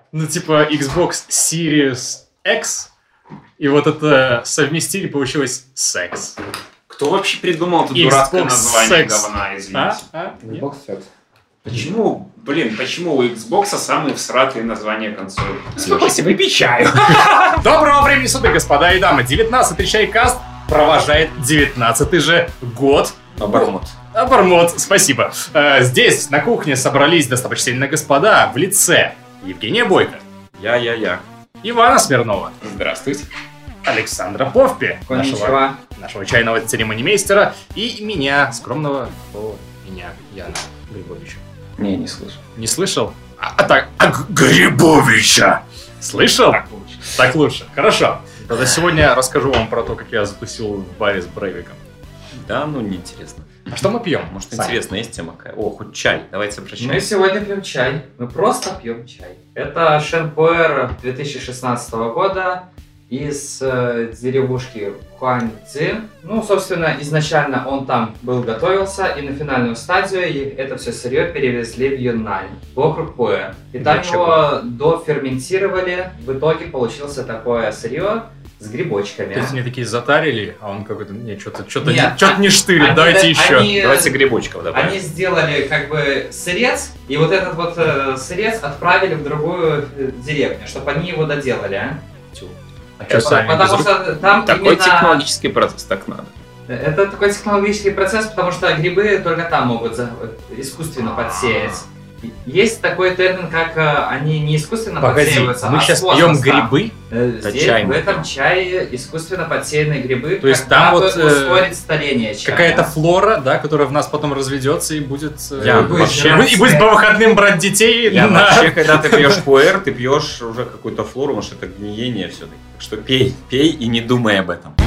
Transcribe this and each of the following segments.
ну, типа, Xbox Series X, и вот это совместили, получилось секс. Кто вообще придумал это дурацкое название говна, извините? Xbox Sex. Почему у Xbox самые всратые названия консолей? Спасибо, печаю. Доброго времени суток, господа и дамы. 19-й Чайкаст провожает 19-й же год. Обормот, спасибо. Здесь на кухне собрались достаточно сильные господа в лице Евгения Бойко. Я. Ивана Смирнова. Здравствуйте. Александра Повпи, нашего чайного церемонимейстера, и меня, скромного Яна Грибовича. Не слышу. Не слышал? Грибовича! Слышал? Так лучше. Хорошо. Тогда сегодня я расскажу вам про то, как я затусил в баре с Брейвиком. Да, неинтересно. А что мы пьем? Может, интересно, есть тема какая? О, хоть чай. Давайте про чай. Мы сегодня пьем чай. Мы просто пьем чай. Это Шенпуэр 2016 года из деревушки Хуанцзи. Ну, собственно, изначально он там готовился, и на финальную стадию это все сырье перевезли в Юннань, в округ Пуэр. И там его доферментировали. В итоге получилось такое сырье с грибочками. То есть они такие затарили, а он какой-то, что-то не штырит, давайте еще. Давайте грибочков добавим. Они сделали сырец, и вот этот сырец отправили в другую деревню, чтобы они его доделали, Потому что там такой технологический процесс, так надо. Это такой технологический процесс, потому что грибы только там могут искусственно подсеять. Есть такой термин, как они не искусственно подсеиваются, мы сейчас пьем грибы? Здесь, в этом чае искусственно подсеянные грибы, то есть там ускорить старение чая. Какая-то флора, да, которая в нас потом разведется и будет... И будет по выходным брать детей. Вообще, когда ты пьешь пуэр, ты пьешь уже какую-то флору, потому что это гниение все-таки. Так что пей и не думай об этом.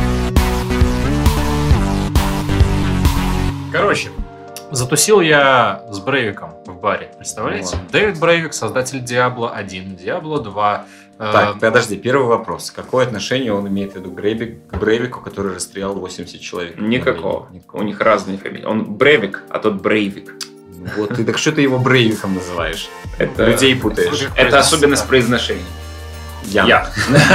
Короче, затусил я с Брейвиком в баре, представляете? Дэвид Брейвик, создатель Diablo 1, Diablo 2. Так, подожди, первый вопрос. Какое отношение он имеет в виду к Брейвику, который расстрелял 80 человек? Никакого. У них разные фамилии. Он Брейвик, а тот Брейвик. Вот, так что ты его Брейвиком называешь? Это людей путаешь. Это особенность произношения. Я.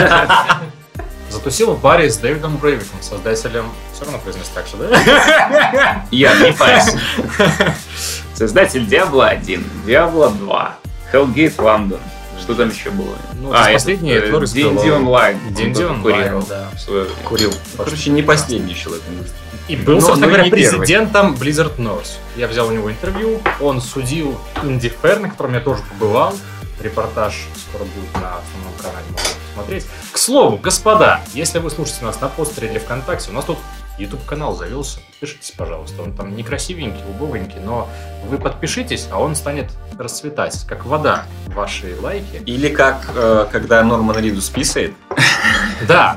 Затусил в баре с Дэвидом Брейвиком, создателем... Все равно произнес так же, да? Я не парюсь. Создатель Diablo 1, Diablo 2, Hellgate London. Что там еще было? Последний это D&D Online. D&D Online, да. Курил. Короче, не последний человек в индустрии. И был, собственно говоря, президентом Blizzard North. Я взял у него интервью, он судил Indie Fair, на котором я тоже побывал. Репортаж скоро будет на основном канале, можно посмотреть. К слову, господа, если вы слушаете нас на постере или ВКонтакте, у нас тут YouTube-канал завелся. Подпишитесь, пожалуйста. Он там не красивенький, убогонький, но вы подпишитесь, а он станет расцветать, как вода, ваши лайки. Или как, когда Норман Ридус писает. Да.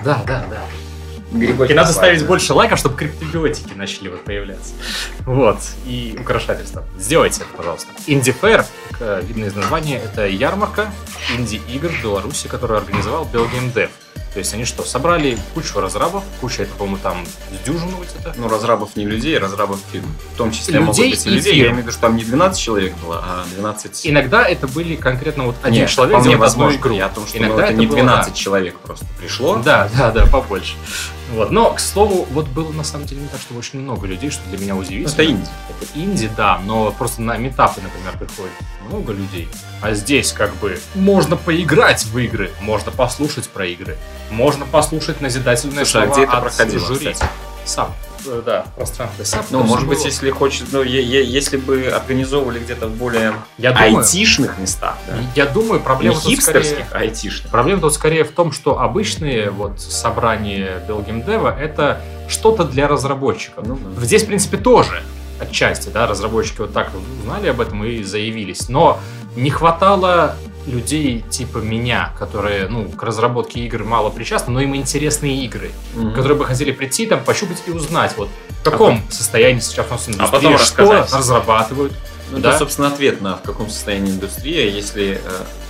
И надо ставить лайк, больше лайков, чтобы криптобиотики начали появляться. Вот. И украшательства. Сделайте это, пожалуйста. Indie Fair, как видно из названия, это ярмарка инди-игр в Беларуси, которую организовал Belgium Dev. То есть они что, собрали кучу разрабов, куча, это, по-моему, там с дюжину где-то. Ну, разрабов не людей, разрабов фирм. В том числе людей могут быть и людей. Фирм. Я имею в виду, что там не 12 человек было, а 12... Иногда это были конкретно вот один человек вполне делал одну возможно. игру. Я о том, что Иногда это не было, 12 человек просто пришло. Да, побольше. Вот. Но, к слову, вот было на самом деле не так, что очень много людей, что для меня удивительно. Это инди. Это инди, да, но просто на митапы, например, приходит много людей. А здесь как бы можно поиграть в игры, можно послушать про игры, можно послушать назидательные слова где это от проходило, жюри. кстати? Сам. Да, пространство САП. Ну, может быть, если хочет, если бы организовывали где-то в более айтишных местах, да? Я думаю, проблема не хипстерских, а айтишных. Проблема тут скорее в том, что обычные вот собрания Belgium Dev это что-то для разработчиков. Здесь, в принципе, тоже отчасти, да, разработчики вот так узнали об этом и заявились. Но не хватало людей типа меня, которые, к разработке игр мало причастны, но им интересны игры, которые бы хотели прийти, там, пощупать и узнать, вот, в каком состоянии сейчас у нас индустрия, потом что разрабатывают. Это, собственно, ответ на в каком состоянии индустрия, если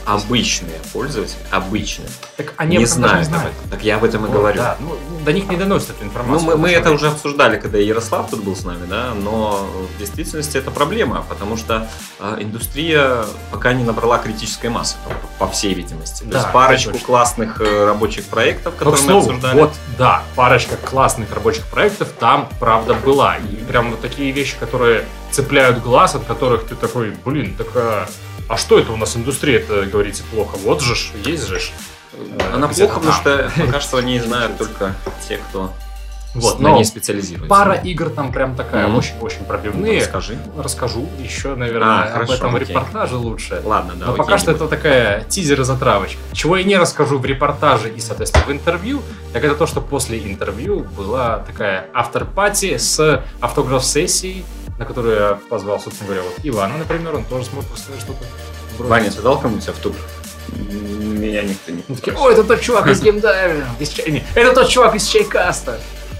обычные пользователи, Так они не знают об этом. Так я об этом и говорю. Да, до них не доносят эту информацию. Ну, мы это уже обсуждали, когда Ярослав тут был с нами, да, но в действительности это проблема, потому что индустрия пока не набрала критической массы, по всей видимости. То есть парочку классных рабочих проектов, которые мы обсуждали. Вот, да, парочка классных рабочих проектов там, правда, была. И прям вот такие вещи, которые цепляют глаз, от которых ты такой, блин, а что это у нас индустрия-то, говорите, плохо? Вот же ж, есть же ж. Она плохо, потому что пока что они знают только те, кто на ней специализируется. Пара игр там прям такая очень пробивные. Расскажу еще, наверное, об этом в репортаже лучше. Ладно, да. Но пока что это такая тизер и затравочка. Чего я не расскажу в репортаже и, соответственно, в интервью, так это то, что после интервью была такая автор-пати с автограф-сессией, на которую я позвал, собственно говоря, вот Ивана, например, он тоже смог сказать что-то. Ваня, ты дал кому-нибудь автограф? Меня никто не такие, ой, это тот чувак из геймдайвера, это тот чувак из Чайкаста.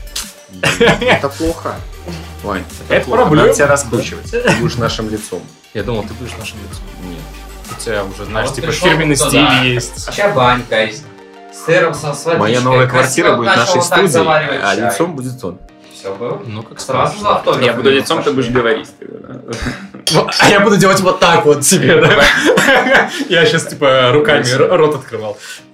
Это плохо. Вань, это проблема. Надо тебя раскручивать. Ты будешь нашим лицом. Я думал, ты будешь нашим лицом. Нет. У тебя уже, знаешь, типа фирменный стиль есть. А сейчас банька есть. С сыром, со водичкой. Моя новая квартира будет нашей студией, а лицом будет он. Все было? Ну, как сразу же автограф. Я буду лицом, ты будешь говорить. А я буду делать вот так вот себе, да? Я сейчас, типа, руками рот открывал.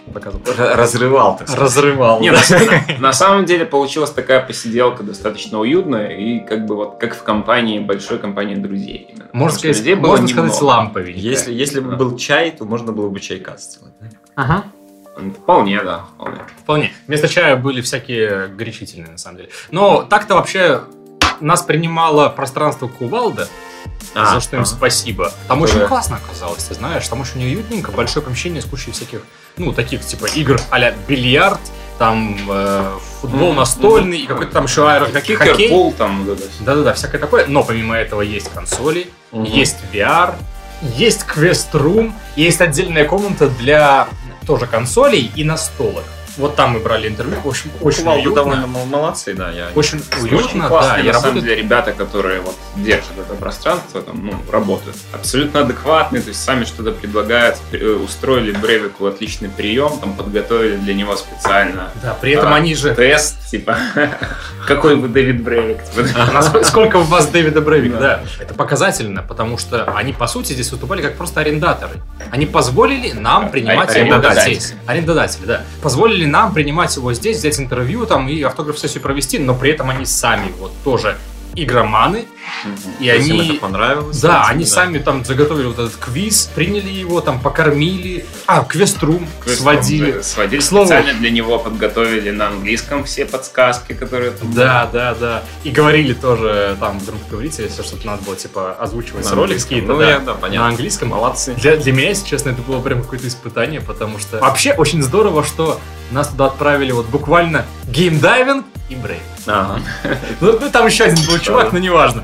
Разрывал, так сказать. Разрывал. На самом деле получилась такая посиделка достаточно уютная и как бы вот как в компании, большой компании друзей. Можно сказать, ламповенько. Если бы был чай, то можно было бы чайкаст сделать. Ага. Вполне, да. Вполне. Вместо чая были всякие горячительные, на самом деле. Но так-то вообще нас принимало пространство Кувалда, за что им спасибо. Там очень классно оказалось, ты знаешь. Там очень уютненько, большое помещение с кучей всяких, таких типа игр а-ля бильярд, там футбол настольный и какой-то там еще аэрохоккей. Кикерпул там. Да-да-да, всякое такое. Но помимо этого есть консоли, есть VR, есть квест-рум, есть отдельная комната для тоже консолей и настолок. Вот там мы брали интервью, в общем, очень уютно. Довольно молодцы, да. Очень уютно, да. На самом деле ребята, которые вот держат это пространство, там, работают. Абсолютно адекватные, то есть сами что-то предлагают, устроили Брейвику отличный прием, там подготовили для него специально. Да, при этом они же... Тест, типа, какой вы Дэвид Брейвик? Сколько у вас Дэвида Брейвика, да. Это показательно, потому что они, по сути, здесь выступали как просто арендаторы. Они позволили нам принимать его здесь. Арендодатели, да. Позволили нам принимать его здесь, взять интервью там и автограф-сессию провести, но при этом они сами вот тоже игроманы, и они... Им это понравилось. Да, они сами там заготовили вот этот квиз, приняли его, там покормили, квест-рум сводили. Сводили, специально для него подготовили на английском все подсказки, которые там... Да. И говорили тоже, там, вдруг говорите, если что-то надо было, типа, озвучивать ролики какие-то, на английском. Молодцы. Для меня, если честно, это было прям какое-то испытание, потому что вообще очень здорово, что нас туда отправили вот буквально геймдайвинг и брейв. Ага. Ну, там еще один был чувак, но неважно.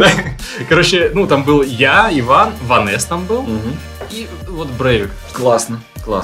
Короче, там был я, Иван, Ванес там был, и вот Брейвик. Классно.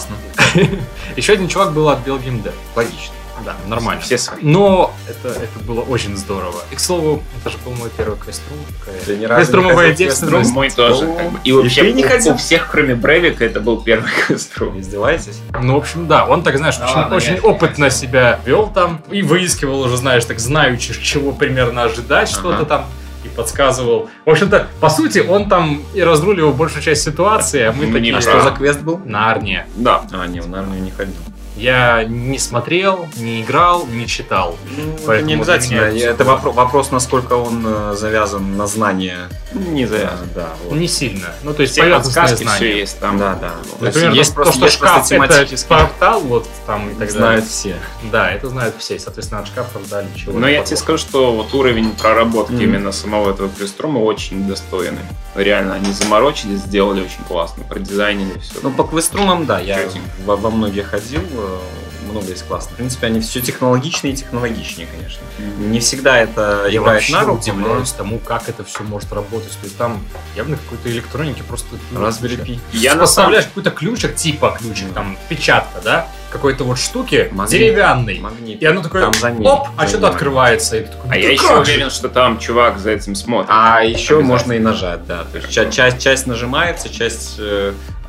Еще один чувак был от Белгеймдев. Логично. Да, нормально. Все свои. Но это было очень здорово. И, к слову, это же был мой первый квеструм. Квеструмовая девственность. Мой тоже. И вообще у всех, кроме Брейвика, это был первый квеструм. Издеваетесь? Ну, в общем, да. Он, так знаешь, очень опытно себя вел там. И выискивал уже, знаешь, так знаючи, чего примерно ожидать, что-то там. И подсказывал. В общем-то, по сути, он там и разруливал большую часть ситуации, а мы такие... А что за квест был? Нарния. Да. Не, в Нарнию не ходил. Я не смотрел, не играл, не читал. Это не обязательно. Это вопрос, насколько он завязан на знания. Не завязан. Да, вот. Не сильно. То есть все подсказки все есть там. Да. Например, есть то, что шкаф это портал, вот там и так далее. Знают все. Да, это знают все. Соответственно, от шкафов дали чего-то. Но я тебе скажу, что вот уровень проработки именно самого этого квеструма очень достойный. Реально, они заморочились, сделали очень классно, продизайнили все. По квеструмам, да, я во многие ходил. Много есть классно. В принципе, они все технологичные и технологичнее, конечно. Не всегда это играет на руку. Я удивляюсь тому, как это все может работать. То есть там явно какой-то электроники просто... Raspberry Pi. Я поставляешь какой-то ключик, типа ключик, там, печатка, да? Какой-то вот штуки деревянный. Магнит. И оно такое, оп, что-то открывается. И такой, я еще уверен, что там чувак за этим смотрит. А еще можно и нажать, да. То есть часть нажимается, часть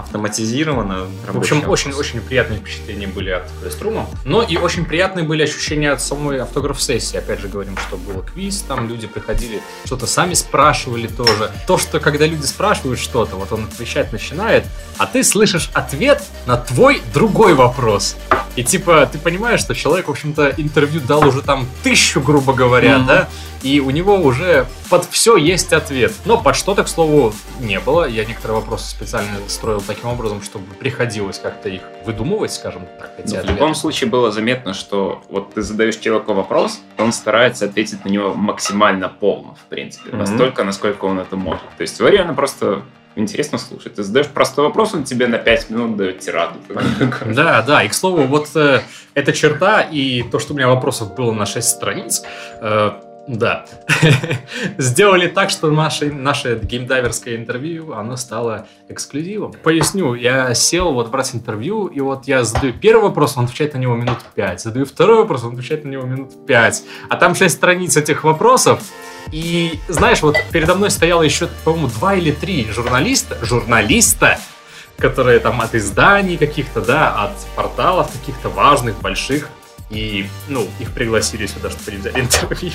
автоматизировано. В общем, очень приятные впечатления были от Квеструма. Но и очень приятные были ощущения от самой автограф-сессии. Опять же говорим, что был квиз, там люди приходили, что-то сами спрашивали тоже. То, что когда люди спрашивают что-то, вот он отвечать начинает, а ты слышишь ответ на твой другой вопрос. И типа ты понимаешь, что человек, в общем-то, интервью дал уже там 1000, грубо говоря, да? И у него уже под все есть ответ. Но под что-то, к слову, не было. Я некоторые вопросы специально строил таким образом, чтобы приходилось как-то их выдумывать, скажем так. В любом случае было заметно, что вот ты задаешь человеку вопрос, он старается ответить на него максимально полно, в принципе. Настолько, насколько он это может. То есть его реально просто интересно слушать. Ты задаешь простой вопрос, он тебе на 5 минут дает тираду. Да. И, к слову, вот эта черта и то, что у меня вопросов было на 6 страниц, да, сделали так, что наше геймдайверское интервью, оно стало эксклюзивом. Поясню, я сел вот брать интервью, и вот я задаю первый вопрос, он отвечает на него минут 5. Задаю второй вопрос, он отвечает на него минут 5. А там 6 страниц этих вопросов. И, знаешь, вот передо мной стояло еще, по-моему, 2 или 3 журналиста, которые там от изданий каких-то, да, от порталов каких-то важных, больших. И, их пригласили сюда, чтобы они взяли интервью.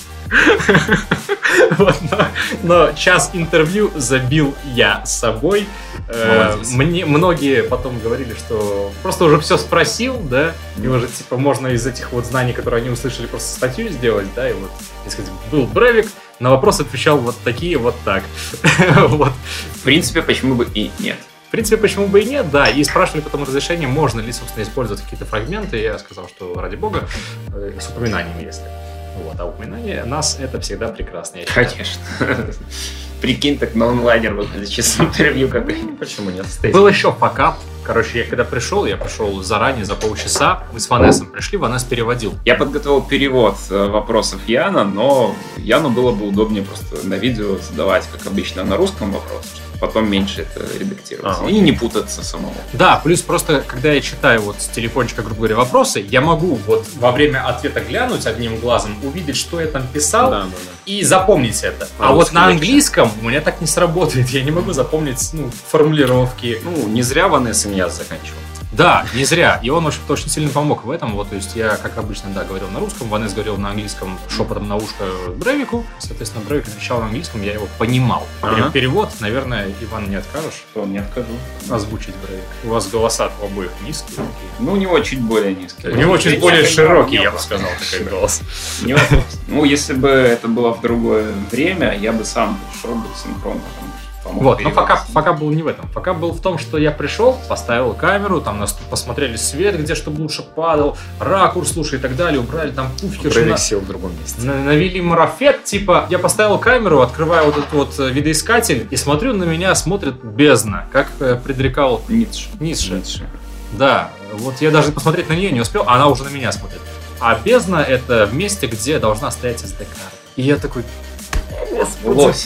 Но час интервью забил я с собой. Мне многие потом говорили, что просто уже все спросил, да, и уже, типа, можно из этих вот знаний, которые они услышали, просто статью сделать, да, и вот, сказать, был Брейвик, на вопрос отвечал вот такие, вот так. В принципе, почему бы и нет. В принципе, почему бы и нет, да. И спрашивали потом разрешение, можно ли, собственно, использовать какие-то фрагменты. Я сказал, что ради бога, с упоминаниями, если. Вот, а упоминание нас это всегда прекрасно. Конечно. Прикинь, так на онлайнер выходит сейчас интервью какое-нибудь. Почему нет? Был еще факап. Короче, я когда пришел заранее, за полчаса. Мы с Ванессом пришли, Ванесс переводил. Я подготовил перевод вопросов Яна, но Яну было бы удобнее просто на видео задавать, как обычно, на русском вопрос, чтобы потом меньше это редактировать. И не путаться самому. Да, плюс просто, когда я читаю вот с телефончика, грубо говоря, вопросы, я могу вот во время ответа глянуть одним глазом, увидеть, что я там писал, и запомнить это. А вот на английском у меня так не сработает. Я не могу запомнить формулировки. Не зря Ванесса я заканчивал. Да, не зря. И он, в общем-то, очень сильно помог в этом. Вот, то есть я, как обычно, да, говорил на русском, Ванесс говорил на английском шепотом на ушко Брейвику. Соответственно, Брейвик отвечал на английском, я его понимал. Перевод, наверное, Иван, не откажешь? Не откажу. Озвучить Брейвик. У вас голоса у обоих низкие. У него чуть более низкий. У него чуть более широкий, я бы сказал, такой голос. Не вопрос. Если бы это было в другое время, я бы сам пришел бы синхронно. Вот, но факап был не в этом. Факап был в том, что я пришел, поставил камеру, там нас посмотрели свет, где чтобы лучше падал, ракурс, слушай, и так далее, убрали там пуфики. Брейвик сел в другом месте. Навели марафет, типа, я поставил камеру, открываю вот этот вот видоискатель, и смотрю, на меня смотрит бездна, как предрекал Ницше. Да, вот я даже посмотреть на нее не успел, а она уже на меня смотрит. А бездна — это в месте, где должна стоять SD-карта. И я такой, господи,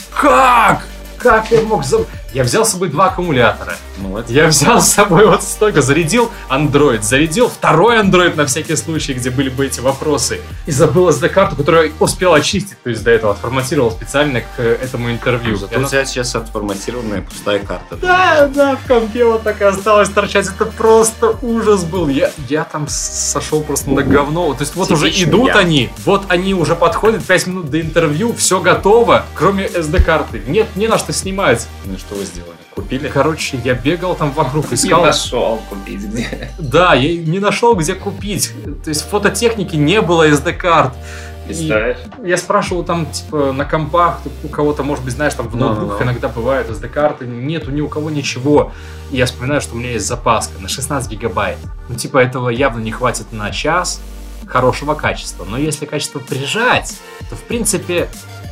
как я мог забыть? Я взял с собой 2 аккумулятора. Я взял с собой вот столько, зарядил Android, зарядил второй Android на всякий случай, где были бы эти вопросы. И забыл SD-карту, которую я успел очистить, то есть до этого отформатировал специально к этому интервью. Зато у тебя сейчас отформатированная пустая карта. Да, в компе вот так и осталось торчать. Это просто ужас был. Я там сошел просто на говно. То есть вот уже идут они, вот они уже подходят, 5 минут до интервью, все готово, кроме SD-карты. Нет, не на что снимать. Ну что вы сделали? Купили? Короче, я бегал там вокруг, искал. Не нашел купить где. Да, я не нашел, где купить. То есть в фототехнике не было SD-карт. Я спрашивал там, типа, на компах, у кого-то, может быть, знаешь, там в ноутбуках иногда бывают SD-карты, нету ни у кого ничего. И я вспоминаю, что у меня есть запаска на 16 гигабайт. Типа, этого явно не хватит на час хорошего качества. Но если качество прижать, то в принципе...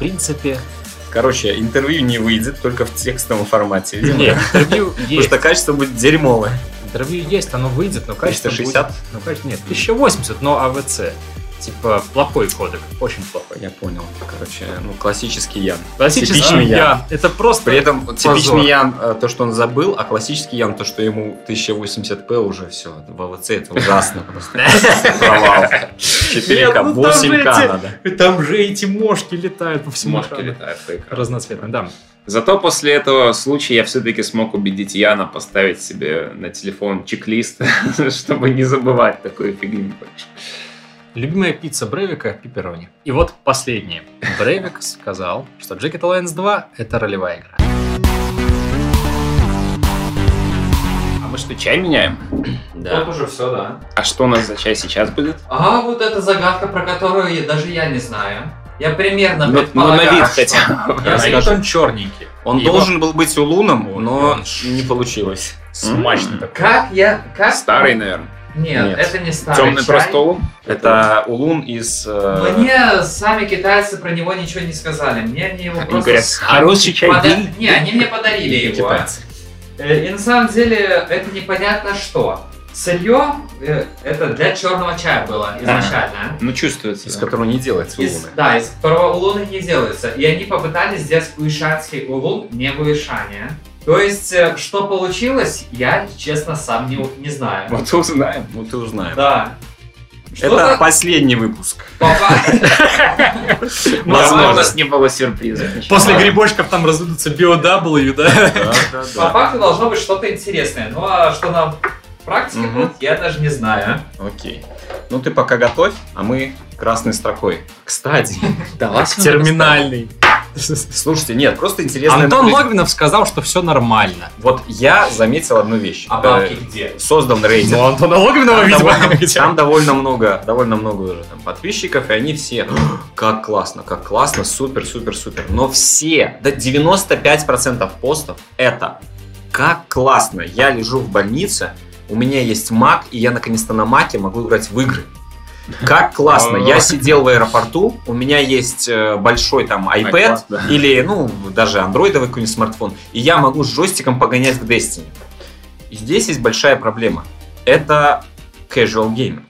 Короче, интервью не выйдет, только в текстовом формате. Нет, интервью есть. Потому что качество будет дерьмовое. Интервью есть, оно выйдет, но качество 360? будет... Нет, 1080, но АВЦ. Типа плохой кодек, очень плохой. Я понял. Короче, классический Ян. Классический Ян. Это просто при этом типичный Ян то, что он забыл, а классический Ян то, что ему 1080p уже все. ВВЦ это ужасно просто. Провал. 4К, 8К надо. Там же эти мошки летают по всему. Мошки летают по экрану. Разноцветные, да. Зато после этого случая я все-таки смог убедить Яна поставить себе на телефон чек-лист, чтобы не забывать такую фигню. Любимая пицца Брейвика – пепперони. И вот последнее. Брейвик сказал, что Jagged Alliance 2 – это ролевая игра. А мы что, чай меняем? Да. Вот уже все, да. А что у нас за чай сейчас будет? А вот эта загадка, про которую даже я не знаю. Я примерно предполагаю, на вид хотя бы. Я скажу, он черненький. Он должен был быть улуном, но не получилось. Смачный такой. Старый, наверное. Нет, это не старый Темный чай. просто улун? Это улун из... Мне сами китайцы про него ничего не сказали. Мне они его просто... говорят, хороший чай. Не, они мне подарили его. И на самом деле это непонятно что. Сырье это для черного чая было изначально. Ну чувствуется. Из которого не делается улуны. Да, из которого улуны не делаются. И они попытались сделать уишанский улун не в Уишане. То есть, что получилось, я, честно, сам не знаю. Вот узнаем. Вот и узнаем. Да. Это последний выпуск. Возможно, у нас не было сюрпризов. После грибочков там разведутся BOW, да? По факту должно быть что-то интересное. Ну а что нам в практике будет, я даже не знаю. Окей. Ну ты пока готовь, а мы красной строкой. Кстати, терминальный. Слушайте, нет, просто интересно. Антон Логвинов сказал, что все нормально. Вот я заметил одну вещь. А бабки где? Создан рейтинг. Ну, Антона Логвинова, видимо. Там довольно много уже там подписчиков, и они все, как классно, супер. Но все, до 95% постов это как классно. Я лежу в больнице, у меня есть Mac, и я наконец-то на Mac'е могу играть в игры. Как классно. Я сидел в аэропорту, у меня есть большой там iPad или, даже андроидовый какой-нибудь смартфон, и я могу с джойстиком погонять в Destiny. И здесь есть большая проблема. Это casual gaming.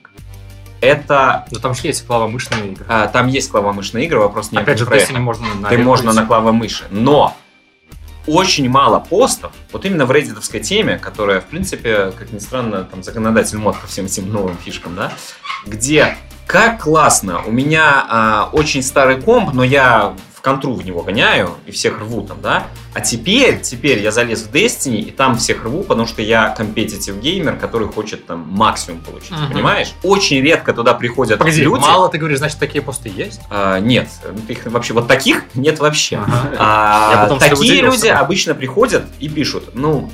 Это... Но там же есть клавомышные игры. Там есть клавомышные игры, вопрос не опять же, в Destiny можно на можно на клавомыши, но очень мало постов, вот именно в реддитовской теме, которая, в принципе, как ни странно, там законодатель мод ко всем этим новым фишкам, да, где как классно, у меня очень старый комп, но я в контру в него гоняю и всех рву там, да, а теперь я залез в Destiny и там всех рву, потому что я компетитив геймер, который хочет там максимум получить, понимаешь? Очень редко туда приходят люди. Мало ты говоришь, значит, такие посты есть? Нет, их вообще, вот таких нет вообще. Такие люди обычно приходят и пишут,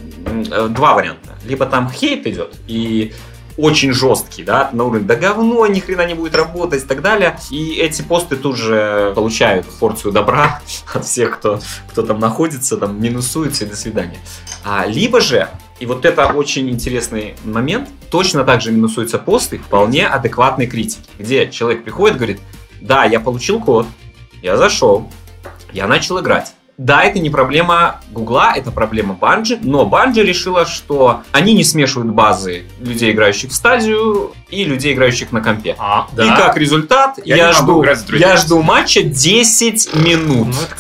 два варианта. Либо там хейт идет, и очень жесткий, да, на уровне «да говно, ни хрена не будет работать» и так далее. И эти посты тут же получают порцию добра от всех, кто там находится, там минусуется и до свидания. Либо же, и вот это очень интересный момент, точно так же минусуются посты вполне адекватной критики, где человек приходит и говорит: да, я получил код, я зашел, я начал играть. Да, это не проблема Гугла, это проблема Bungie, но Bungie решила, что они не смешивают базы людей, играющих в стадию, и людей, играющих на компе. И как результат, я жду матча 10 минут в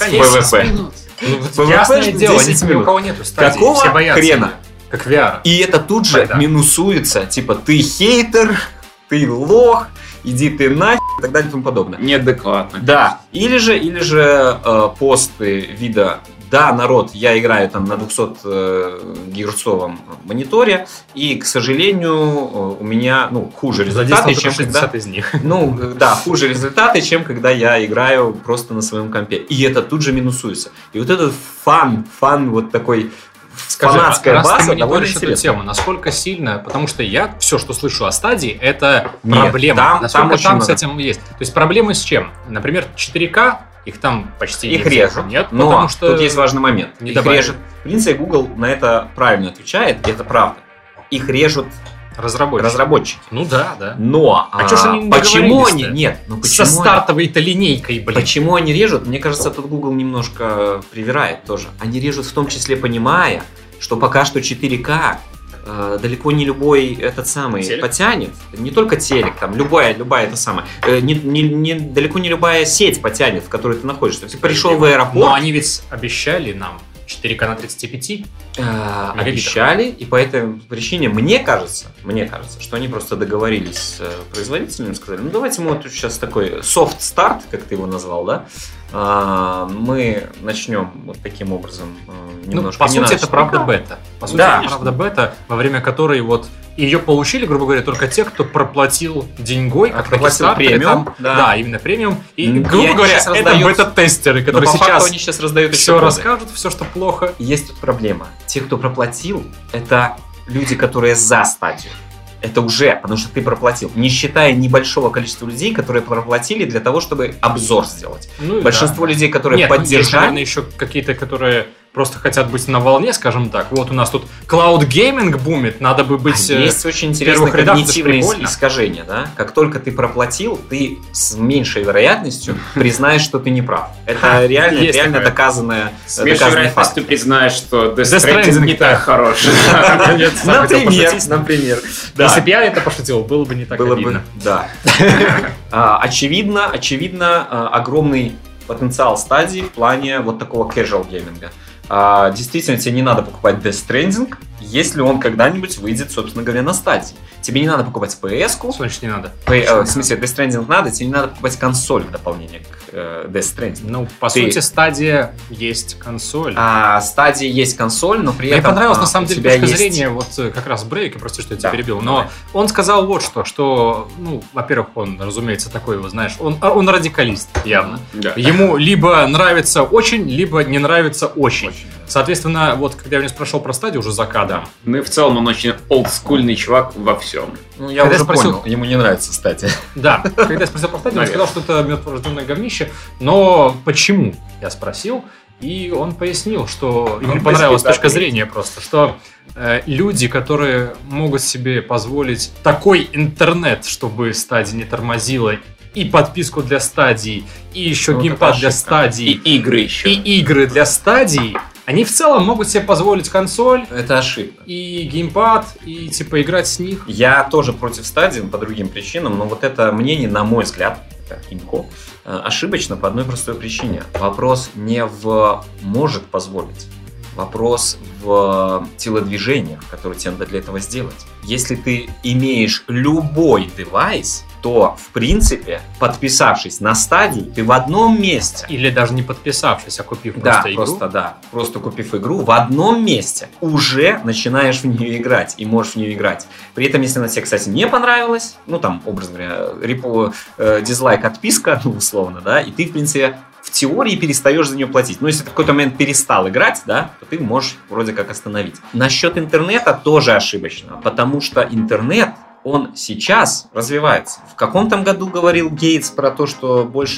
PvP. Ясное дело, ни у кого нету стадии. Какого хрена? Как VR. И это тут же минусуется, типа ты хейтер, ты лох, иди ты нахер и так далее и тому подобное. Неадекватно. Да. Или же посты вида: да, народ, я играю там на 200 герцовом мониторе, и, к сожалению, у меня хуже результаты, чем когда... из них. Хуже результаты, чем когда я играю просто на своем компе. И это тут же минусуется. И вот этот фан вот такой... фанатская база довольно интересная. Эту тему, насколько сильно, потому что я все, что слышу о стадии, это проблема. Насколько там с этим есть. То есть проблемы с чем? Например, 4К, их там почти их режут. Нет, но потому что тут есть важный момент. Их режут. В принципе, Google на это правильно отвечает, и это правда. Их режут разработчики. Ну да. Но почему они нет? Со стартовой-то линейкой, блин. Почему они режут? Мне кажется, тут Google немножко привирает тоже. Они режут в том числе, понимая, что пока что 4К далеко не любой этот самый телек потянет. Не только телек, там любая это самая. Далеко не любая сеть потянет, в которой ты находишься. Ты пришел в аэропорт. Но они ведь обещали нам 4К на 35. Обещали, и по этой причине мне кажется, что они просто договорились с производителями, сказали, ну давайте мы вот сейчас такой soft start, как ты его назвал, да, мы начнем вот таким образом немножко. По сути, это правда бета. По сути, это правда бета, во время которой вот ее получили, грубо говоря, только те, кто проплатил деньгой, как проплатил премиум. Да, именно премиум. И грубо говоря, это бета-тестеры, которые сейчас они сейчас раздают все расскажут, все, что плохо. Есть тут проблема. Те, кто проплатил, это люди, которые за стадию. Это уже, потому что ты проплатил. Не считая небольшого количества людей, которые проплатили для того, чтобы обзор сделать. Ну, большинство людей, которые поддержали... Есть, наверное, еще какие-то, которые просто хотят быть на волне, скажем так. Вот у нас тут Cloud Gaming бумит, надо бы быть есть очень интересное когнитивное искажение, да? Как только ты проплатил, ты с меньшей вероятностью признаешь, что ты не прав. Это реально доказанный факт. С меньшей вероятностью ты признаешь, что Death Stranding не так хорош. Например. Если бы я это пошутил, было бы не так обидно. Да. Очевидно, огромный потенциал стадии в плане вот такого casual гейминга. Действительно, тебе не надо покупать Death Stranding, если он когда-нибудь выйдет, собственно говоря, на стадии. Тебе не надо покупать PS-ку. Что значит не надо? В смысле, Death Stranding надо, тебе не надо покупать консоль в дополнение к Death Stranding. Ну, по сути, стадия есть консоль. Стадия есть консоль, но при этом... Мне понравилось, на самом деле, точка зрения, вот как раз Брейка, прости, что я тебя перебил, но он сказал вот что, ну, во-первых, он, разумеется, такой, вы знаешь, он радикалист, явно. Ему либо нравится очень, либо не нравится очень. Соответственно, вот когда я у него спрашивал про стадию уже за кадром. Ну и в целом он очень олдскульный чувак во всем. Ну, я уже понял, ему не нравится стадия. Да, когда я спросил про стадию, он сказал, что это мертворожденное говнище. Но почему? Я спросил, и он пояснил, что ему понравилась точка зрения просто, что люди, которые могут себе позволить такой интернет, чтобы стадия не тормозила, и подписку для стадии, и еще геймпад для стадии, и игры еще. И игры для стадии, они в целом могут себе позволить консоль. Это ошибка. И геймпад, и типа играть с них. Я тоже против стадии по другим причинам, но вот это мнение, на мой взгляд, Инко, ошибочно по одной простой причине. Вопрос не в может позволить. Вопрос в телодвижениях, которые тебе надо для этого сделать. Если ты имеешь любой девайс, то, в принципе, подписавшись на стадию, ты в одном месте... Или даже не подписавшись, а купив просто игру. Просто купив игру, в одном месте уже начинаешь в нее играть и можешь в нее играть. При этом, если она тебе, кстати, не понравилась, ну, там, образно говоря, дизлайк, отписка, ну, условно, да, и ты, в принципе, в теории перестаешь за нее платить. Но если ты в какой-то момент перестал играть, да, то ты можешь вроде как остановить. Насчет интернета тоже ошибочно, потому что интернет, он сейчас развивается. В каком там году говорил Гейтс про то, что больше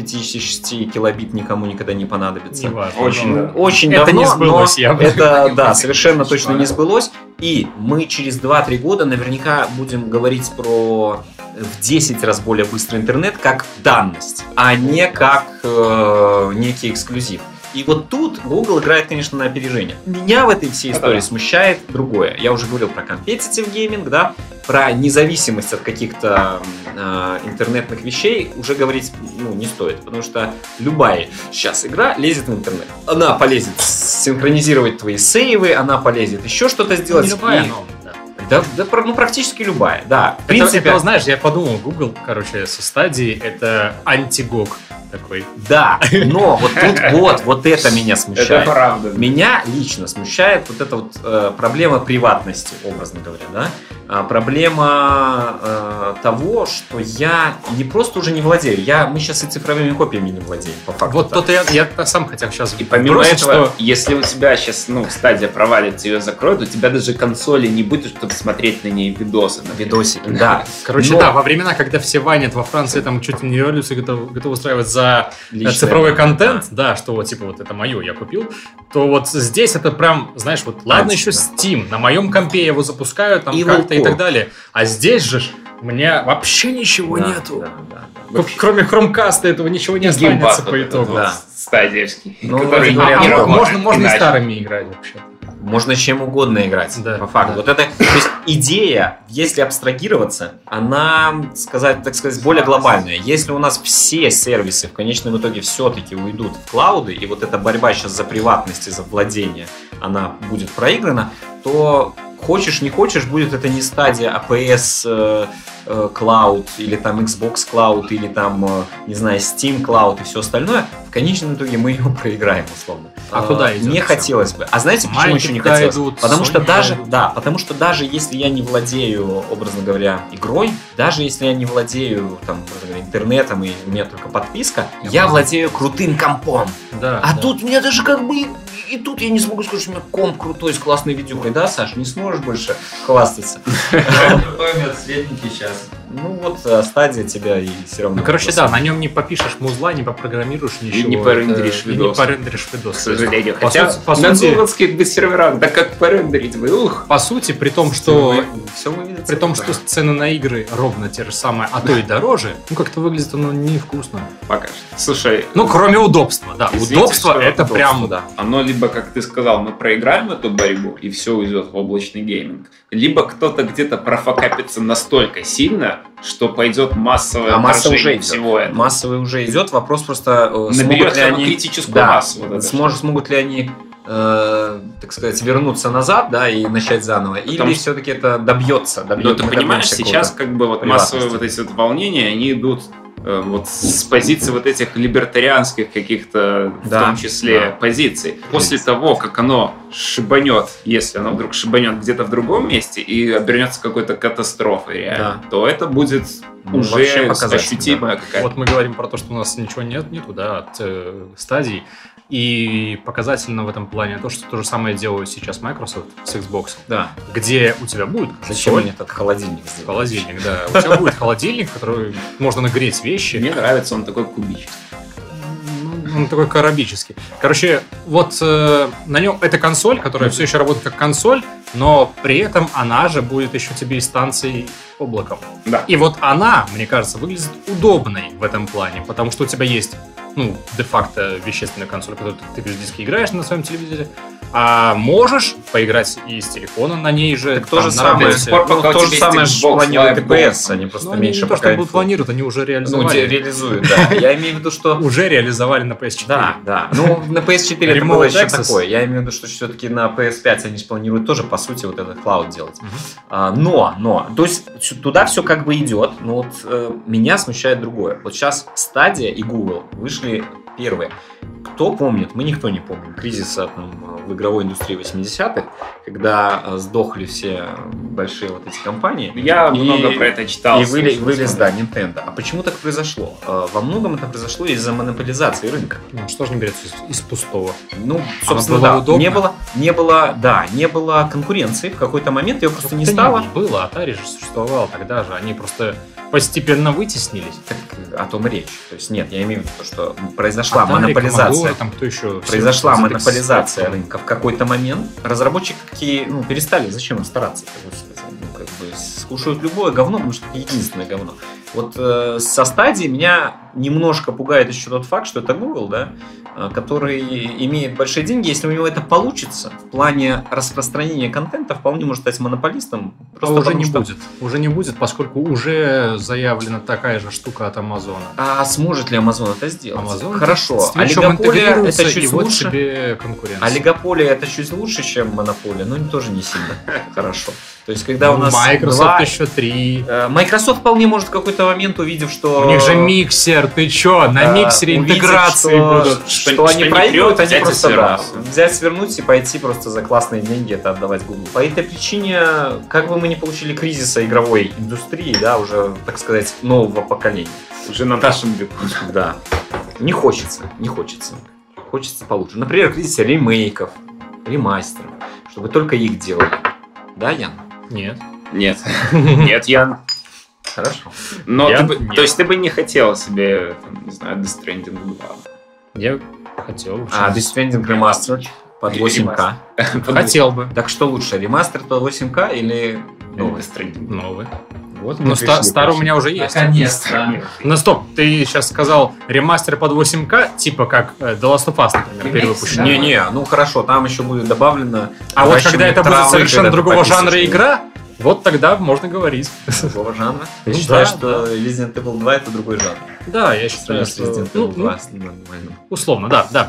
256 килобит никому никогда не понадобится? Очень давно, это не сбылось, но это совершенно точно не сбылось. И мы через 2-3 года наверняка будем говорить про в 10 раз более быстрый интернет как данность, а не как некий эксклюзив. И вот тут Google играет, конечно, на опережение. Меня в этой всей истории смущает другое. Я уже говорил про competitive gaming, да, про независимость от каких-то интернетных вещей уже говорить не стоит, потому что любая сейчас игра лезет в интернет. Она полезет синхронизировать твои сейвы, она полезет еще что-то сделать. Не любая, но... практически любая, да. В принципе, это, знаешь, я подумал, Google, со стадии это антигог такой. Да, но вот тут вот это меня смущает. Это правда. Меня лично смущает вот эта вот проблема приватности, образно говоря, да. Проблема того, что я не просто уже не владею, мы сейчас и цифровыми копиями не владеем, по факту. Вот то-то я сам хотел сейчас. И помимо этого, если у тебя сейчас, стадия провалится, ее закроют, у тебя даже консоли не будет, чтобы смотреть на ней видосы. Видосики, да. Во времена, когда все ванят во Франции, там чуть ли не революцию готовы устраивать за цифровой контент, да, что вот типа вот это мое я купил, то вот здесь это прям, знаешь, вот ладно еще Steam, на моем компе я его запускаю, там и как-то и так далее, а здесь же у меня вообще ничего нету. Кроме Chromecast этого ничего не останется по итогу. Стадиевский. Можно и старыми играть вообще. Можно чем угодно играть, по факту. Вот это, то есть идея, если абстрагироваться, она, так сказать, более глобальная. Если у нас все сервисы в конечном итоге все-таки уйдут в клауды, и вот эта борьба сейчас за приватность и за владение, она будет проиграна, то хочешь не хочешь, будет это не стадия APS Cloud, или там Xbox Cloud, или там, не знаю, Steam Cloud и все остальное. В конечном итоге мы ее проиграем, условно. А куда идет? Не хотелось бы. А знаете, почему еще не хотелось? Потому что даже если я не владею, образно говоря, игрой, даже если я не владею там, интернетом и у меня только подписка, я владею крутым компом. Тут у меня даже как бы и тут я не смогу сказать, что у меня комп крутой с классной видюхой, да, Саш? Не сможешь больше хвастаться. Какой медсветники сейчас? Ну вот стадия тебя и все равно. Ну, короче, да, на нем не попишешь музла, не попрограммируешь ничего. И не порендеришь видос. Не порендеришь видос. К сожалению. Хотя на гугловских бы серверах, да как порендерить вы, По сути, при том, что цены на игры ровно те же самые, а то и дороже, ну как-то выглядит оно невкусно. Пока что. Слушай. Ну, кроме удобства, да. Удобство это прям... Да. Оно либо, как ты сказал, мы проиграем эту борьбу, и все уйдет в облачный гейминг, либо кто-то где-то профокапится настолько сильно, что пойдет массовое отражение всего этого. Массовый уже идет. Вопрос просто, наберет ли они критическую массу. Смогут ли они, так сказать, вернуться назад, да, и начать заново, или все-таки это добьется. Но ты понимаешь, сейчас как бы вот массовые вот эти вот волнения, они идут вот с позиции вот этих либертарианских каких-то, в том числе, позиций. После того, как оно шибанет, если оно вдруг шибанет где-то в другом месте и обернется какой-то катастрофой реально, то это будет уже ощутимая какая-то. Вот мы говорим про то, что у нас ничего нету, да, от стадий. И показательно в этом плане то, что то же самое делают сейчас Microsoft с Xbox, где у тебя будет Зачем они этот холодильник сделали? Холодильник, да. У тебя будет холодильник, в который можно нагреть вещи. Мне нравится, он такой кубический. Он такой коробический. Короче, вот на нем эта консоль, которая все еще работает как консоль, но при этом она же будет еще тебе и станцией облаком. Да. И вот она, мне кажется, выглядит удобной в этом плане, потому что у тебя есть, ну, де-факто вещественная консоль, которую ты физически играешь на своем телевизоре, а можешь поиграть и с телефона на ней же. Так то же самое планируют ДПС, они просто меньше пока... Не то, что планируют, они уже реализовали. Ну, реализуют, да. Я имею в виду, что... Уже реализовали на PS4. Да. Ну, на PS4 это было еще такое. Я имею в виду, что все-таки на PS5 они планируют тоже, по сути, вот этот клауд делать. Но, то есть туда все как бы идет, но вот меня смущает другое. Вот сейчас Stadia и Google вышли первые. Кто помнит? Мы никто не помним. Кризиса в игровой индустрии 80-х, когда сдохли все большие вот эти компании. Я много про это читал. И вылез, да, Nintendo. А почему так произошло? Во многом это произошло из-за монополизации рынка. Ну, что же не берется из пустого? Ну, собственно, да. Не было конкуренции. В какой-то момент ее просто не стало. Было, Atari же существовал тогда же. Они просто постепенно вытеснились. Так, о том и речь. То есть нет, я имею в виду то, что произошла монополизация. Там кто еще? Произошла монополизация рынка в какой-то момент. Разработчики перестали. Зачем им стараться? Скушают любое говно, потому что это единственное говно. Вот со стадии меня немножко пугает еще тот факт, что это Google, да, который имеет большие деньги. Если у него это получится, в плане распространения контента вполне может стать монополистом. Просто уже не будет. Уже не будет, поскольку уже заявлена такая же штука от Amazon. А сможет ли Amazon это сделать? Amazon хорошо. Олигополия это чуть лучше. Тебе конкуренция. Олигополия это чуть лучше, чем монополия, но тоже не сильно хорошо. То есть, когда у нас Microsoft еще 3. Microsoft вполне может в какой-то момент, увидев, что... У них же миксер, ты чё? На миксере интеграции будут. Что они проигрывают, они просто взять, свернуть и пойти просто за классные деньги это отдавать Google. По этой причине, как бы мы не получили кризиса игровой индустрии, да, уже, так сказать, нового поколения. Уже на нашем веку. Да. Не хочется. Хочется получше. Например, кризиса ремейков, ремастеров, чтобы только их делали. Да, Ян? Нет. Нет, Ян. Хорошо. Но то есть ты бы не хотел себе, там, не знаю, Death Stranding 2? Я хотел. Death Stranding Remastered под 8К. Хотел бы. Так что лучше, ремастер под 8К или новый Death Stranding? Новый. Вот, но старый у меня уже есть. Наконец-то. Ну стоп, ты сейчас сказал ремастер под 8К, типа как The Last of Us, например, перевыпущен. Не-не, ну хорошо, там еще будет добавлено... А вот когда это будет совершенно другого жанра игра, вот тогда можно говорить. Другого жанра? Ты считаешь, что Resident Evil 2 это другой жанр? Да, я считаю, что Resident Evil 2 нормально. Условно, да.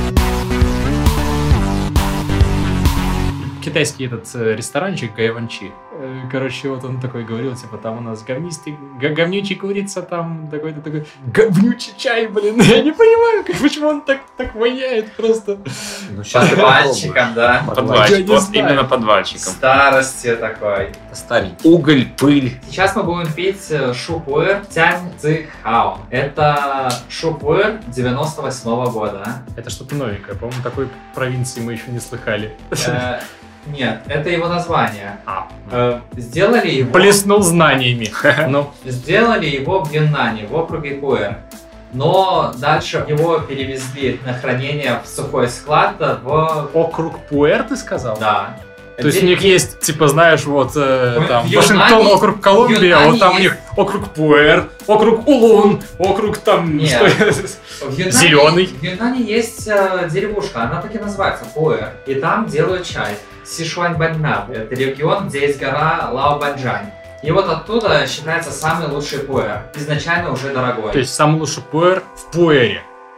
Китайский этот ресторанчик Гайванчи. Короче, вот он такой говорил, типа, там у нас говнючий курица, там такой-то такой говнючий чай, блин. Я не понимаю, почему он так воняет просто. Подвальчиком, да? Подвальчик, вот именно подвальчиком. Старости такой. Старенький. Уголь, пыль. Сейчас мы будем пить шупуэр Тянь Цзи Хао. Это шупуэр 98-го года. Это что-то новенькое, по-моему, такой провинции мы еще не слыхали. Нет, это его название. Сделали его... Блеснул знаниями. Сделали его в Юннане, в округе Пуэр. Но дальше его перевезли на хранение в сухой склад в... Округ Пуэр, ты сказал? Да. То есть у них есть, типа, знаешь, вот там Вашингтон, округ Колумбия, вот там у них округ Пуэр, округ Улун, округ там Зеленый. В Юннане есть деревушка, она так и называется, Пуэр. И там делают чай. Сишуаньбаньнаб. Это регион, где есть гора Лаобаньжань. И вот оттуда считается самый лучший пуэр. Изначально уже дорогой. То есть самый лучший пуэр в Пуэре?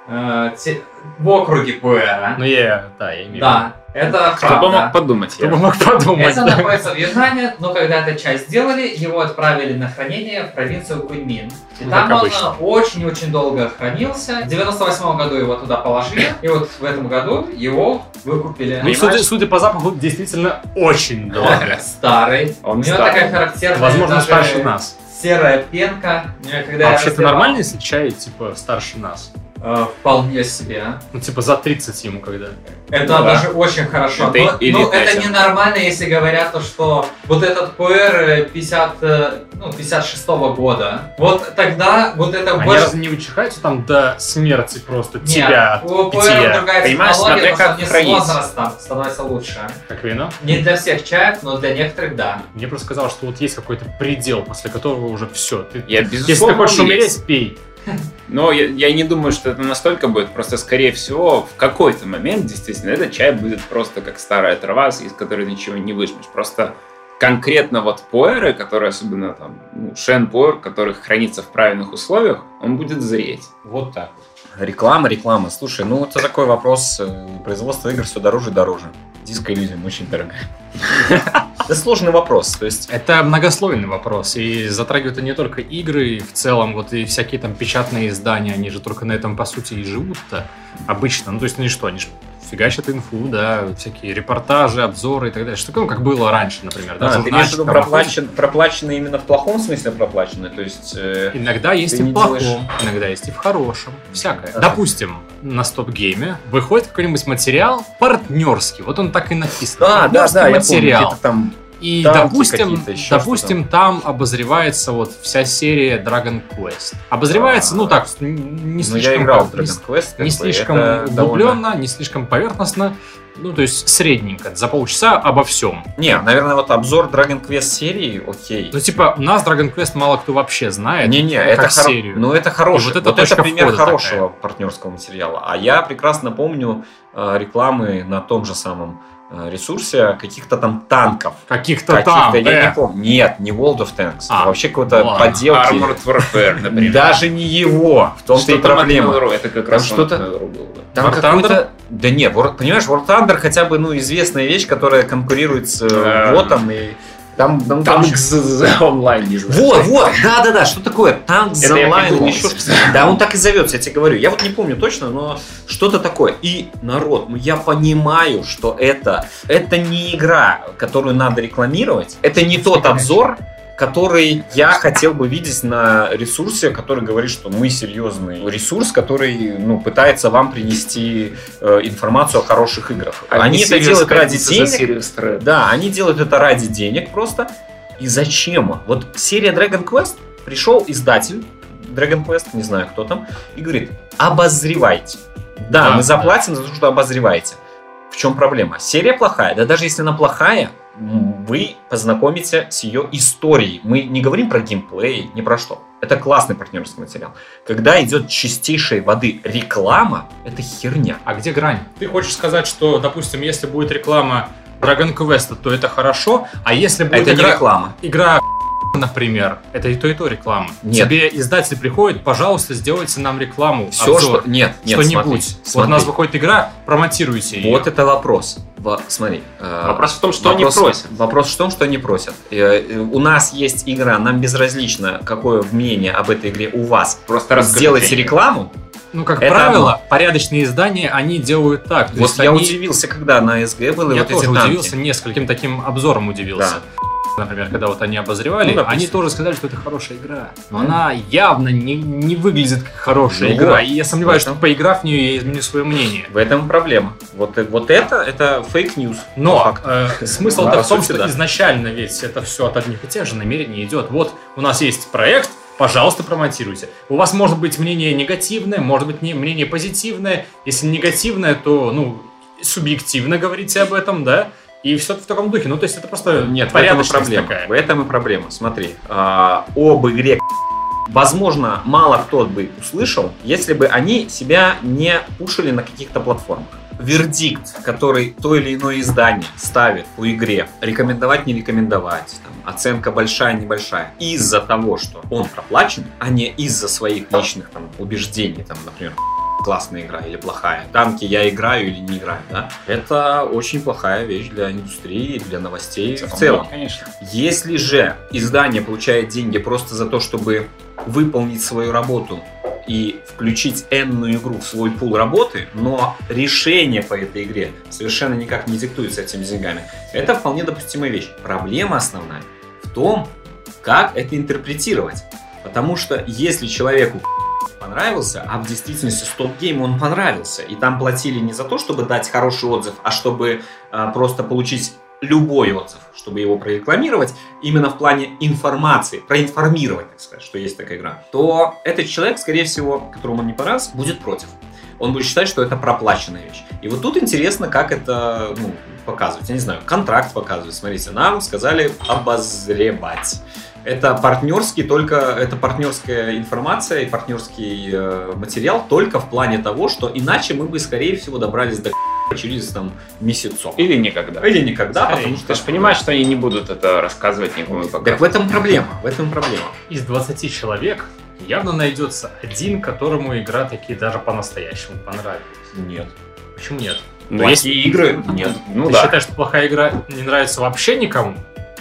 В округе Пуэра. Ну я имею в виду. Да. Это Кто бы мог подумать? Кто бы мог подумать. Это находится в Вьетнаме, но когда эту часть сделали, его отправили на хранение в провинцию Куньмин. И там он очень-очень долго хранился. В 98 году его туда положили, и вот в этом году его выкупили. Ну, судя по запаху, действительно очень долго. Старый. У него такая характерная... Возможно, старше нас. Серая пенка. Вообще-то нормально, если чай, типа, старше нас? Вполне себе. Ну, типа, за 30 ему когда. Это даже очень хорошо. Но это ненормально, если говорят, что вот этот пуэр 56-го года. Вот тогда вот это больше... Они разве не вычихаются там до смерти просто тебя? Нет, у пуэра другая технология, потому что с возрастом становится лучше. Как вино? Не для всех чаев, но для некоторых да. Мне просто сказал, что вот есть какой-то предел, после которого уже все. Если ты хочешь умереть, пей. Но я не думаю, что это настолько будет. Просто, скорее всего, в какой-то момент, действительно, этот чай будет просто как старая трава, из которой ничего не выжмешь. Просто конкретно вот пуэры, которые особенно там, шен-пуэр, который хранится в правильных условиях, он будет зреть. Вот так. Реклама. Слушай, это такой вопрос. Производство игр все дороже и дороже. Disco Elysium очень дорогая. Это сложный вопрос. То есть... Это многослойный вопрос. И затрагивает не только игры, в целом вот и всякие там печатные издания, они же только на этом, по сути, и живут-то обычно. Ну, то есть, что, они же фигачат инфу, да, всякие репортажи, обзоры и так далее. Что такое, как было раньше, например. Да, ты имеешь в виду проплачено именно в плохом смысле проплачено? То есть... Иногда есть и в плохом, иногда есть и в хорошем. Всякое. Допустим, на Стоп-гейме выходит какой-нибудь материал партнерский. Вот он так и написан. Да, материал. Я помню, и, допустим, там обозревается вот вся серия Dragon Quest. Обозревается, не слишком... Я играл в Dragon Quest. Не слишком углубленно, не слишком поверхностно. Ну, то есть средненько, за полчаса обо всем. Не, наверное, вот обзор Dragon Quest серии, окей. Ну, типа, у нас Dragon Quest мало кто вообще знает. Это серию. Ну, это хороший. Вот это пример хорошего партнерского материала. А я прекрасно помню рекламы на том же самом ресурсе каких-то там танков. Каких-то там, я не помню. Нет, не World of Tanks. Вообще какой-то подделки. Armored Warfare, например. Даже не его. В том-то и проблема. Это как раз что-то... Там какой-то... Да нет, понимаешь, War Thunder хотя бы, известная вещь, которая конкурирует с WOT и... Там Tanks онлайн, не знаю. Вот, да, что такое? Tanks онлайн или еще что-то. Да, он так и зовется, я тебе говорю. Я вот не помню точно, но что-то такое. И народ, я понимаю, что это не игра, которую надо рекламировать. Это не тот обзор, который я хотел бы видеть на ресурсе, который говорит, что мы серьезный ресурс, который пытается вам принести информацию о хороших играх. Они это делают ради денег. Да, они делают это ради денег просто. И зачем? Вот серия Dragon Quest, пришел издатель Dragon Quest, не знаю кто там, и говорит: обозревайте. Да, мы заплатим за то, что обозреваете. В чем проблема? Серия плохая. Да даже если она плохая, вы познакомитесь с ее историей. Мы не говорим про геймплей, ни про что. Это классный партнерский материал. Когда идет чистейшей воды реклама, это херня. А где грань? Ты хочешь сказать, что, допустим, если будет реклама Dragon Quest, то это хорошо, а если будет это не реклама. Игра, например, это и то реклама. Нет. Тебе издатель приходит, пожалуйста, сделайте нам рекламу, все, обзор, нет, что-нибудь. Смотри. Вот у нас выходит игра, промотируйте ее. Вот это вопрос. Смотри. Вопрос в том, что они просят. Вопрос в том, что они просят. У нас есть игра, нам безразлично, какое мнение об этой игре у вас. Просто сделайте рекламу. Ну, как правило, порядочные издания, они делают так. Вот я удивился, когда на СГ было я вот эти тоже танки. удивился, нескольким таким обзором удивился. Да. Например, когда вот они обозревали, они тоже сказали, что это хорошая игра. Но она явно не выглядит как хорошая игра. И я сомневаюсь, что поиграв в нее, я изменю свое мнение. В этом проблема. Вот это фейк-ньюс. Но смысл-то в том, что изначально ведь это все от одних и тех же намерений идет. Вот у нас есть проект, пожалуйста, промотируйте. У вас может быть мнение негативное, может быть мнение позитивное. Если негативное, то, субъективно говорите об этом, да? И все в таком духе. Ну, то есть это просто порядочность такая. В этом и проблема. Смотри, об игре, возможно, мало кто бы услышал, если бы они себя не пушили на каких-то платформах. Вердикт, который то или иное издание ставит по игре, рекомендовать, не рекомендовать, оценка большая, небольшая, из-за того, что он проплачен, а не из-за своих личных убеждений, например, классная игра или плохая, танки я играю или не играю, да? Это очень плохая вещь для индустрии, для новостей в целом. Конечно. Если же издание получает деньги просто за то, чтобы выполнить свою работу и включить энную игру в свой пул работы, но решение по этой игре совершенно никак не диктуется этими деньгами, это вполне допустимая вещь. Проблема основная в том, как это интерпретировать. Потому что если человеку понравился, а в действительности стоп-гейм он понравился, и там платили не за то, чтобы дать хороший отзыв, а чтобы просто получить любой отзыв, чтобы его прорекламировать, именно в плане информации, проинформировать, так сказать, что есть такая игра, то этот человек, скорее всего, которому он не понравился, будет против. Он будет считать, что это проплаченная вещь. И вот тут интересно, как это показывать. Я не знаю, контракт показывать. Смотрите, нам сказали обозревать. Это партнерская информация и партнерский материал только в плане того, что иначе мы бы, скорее всего, добрались до через месяцок. Или никогда. Потому что ты же понимаешь, что они не будут это рассказывать никому и показывать. Так в этом проблема. Из 20 человек явно найдется один, которому игра таки даже по-настоящему понравилась. Нет. Почему нет? Плохие игры? Нет. Ты считаешь, что плохая игра не нравится вообще никому?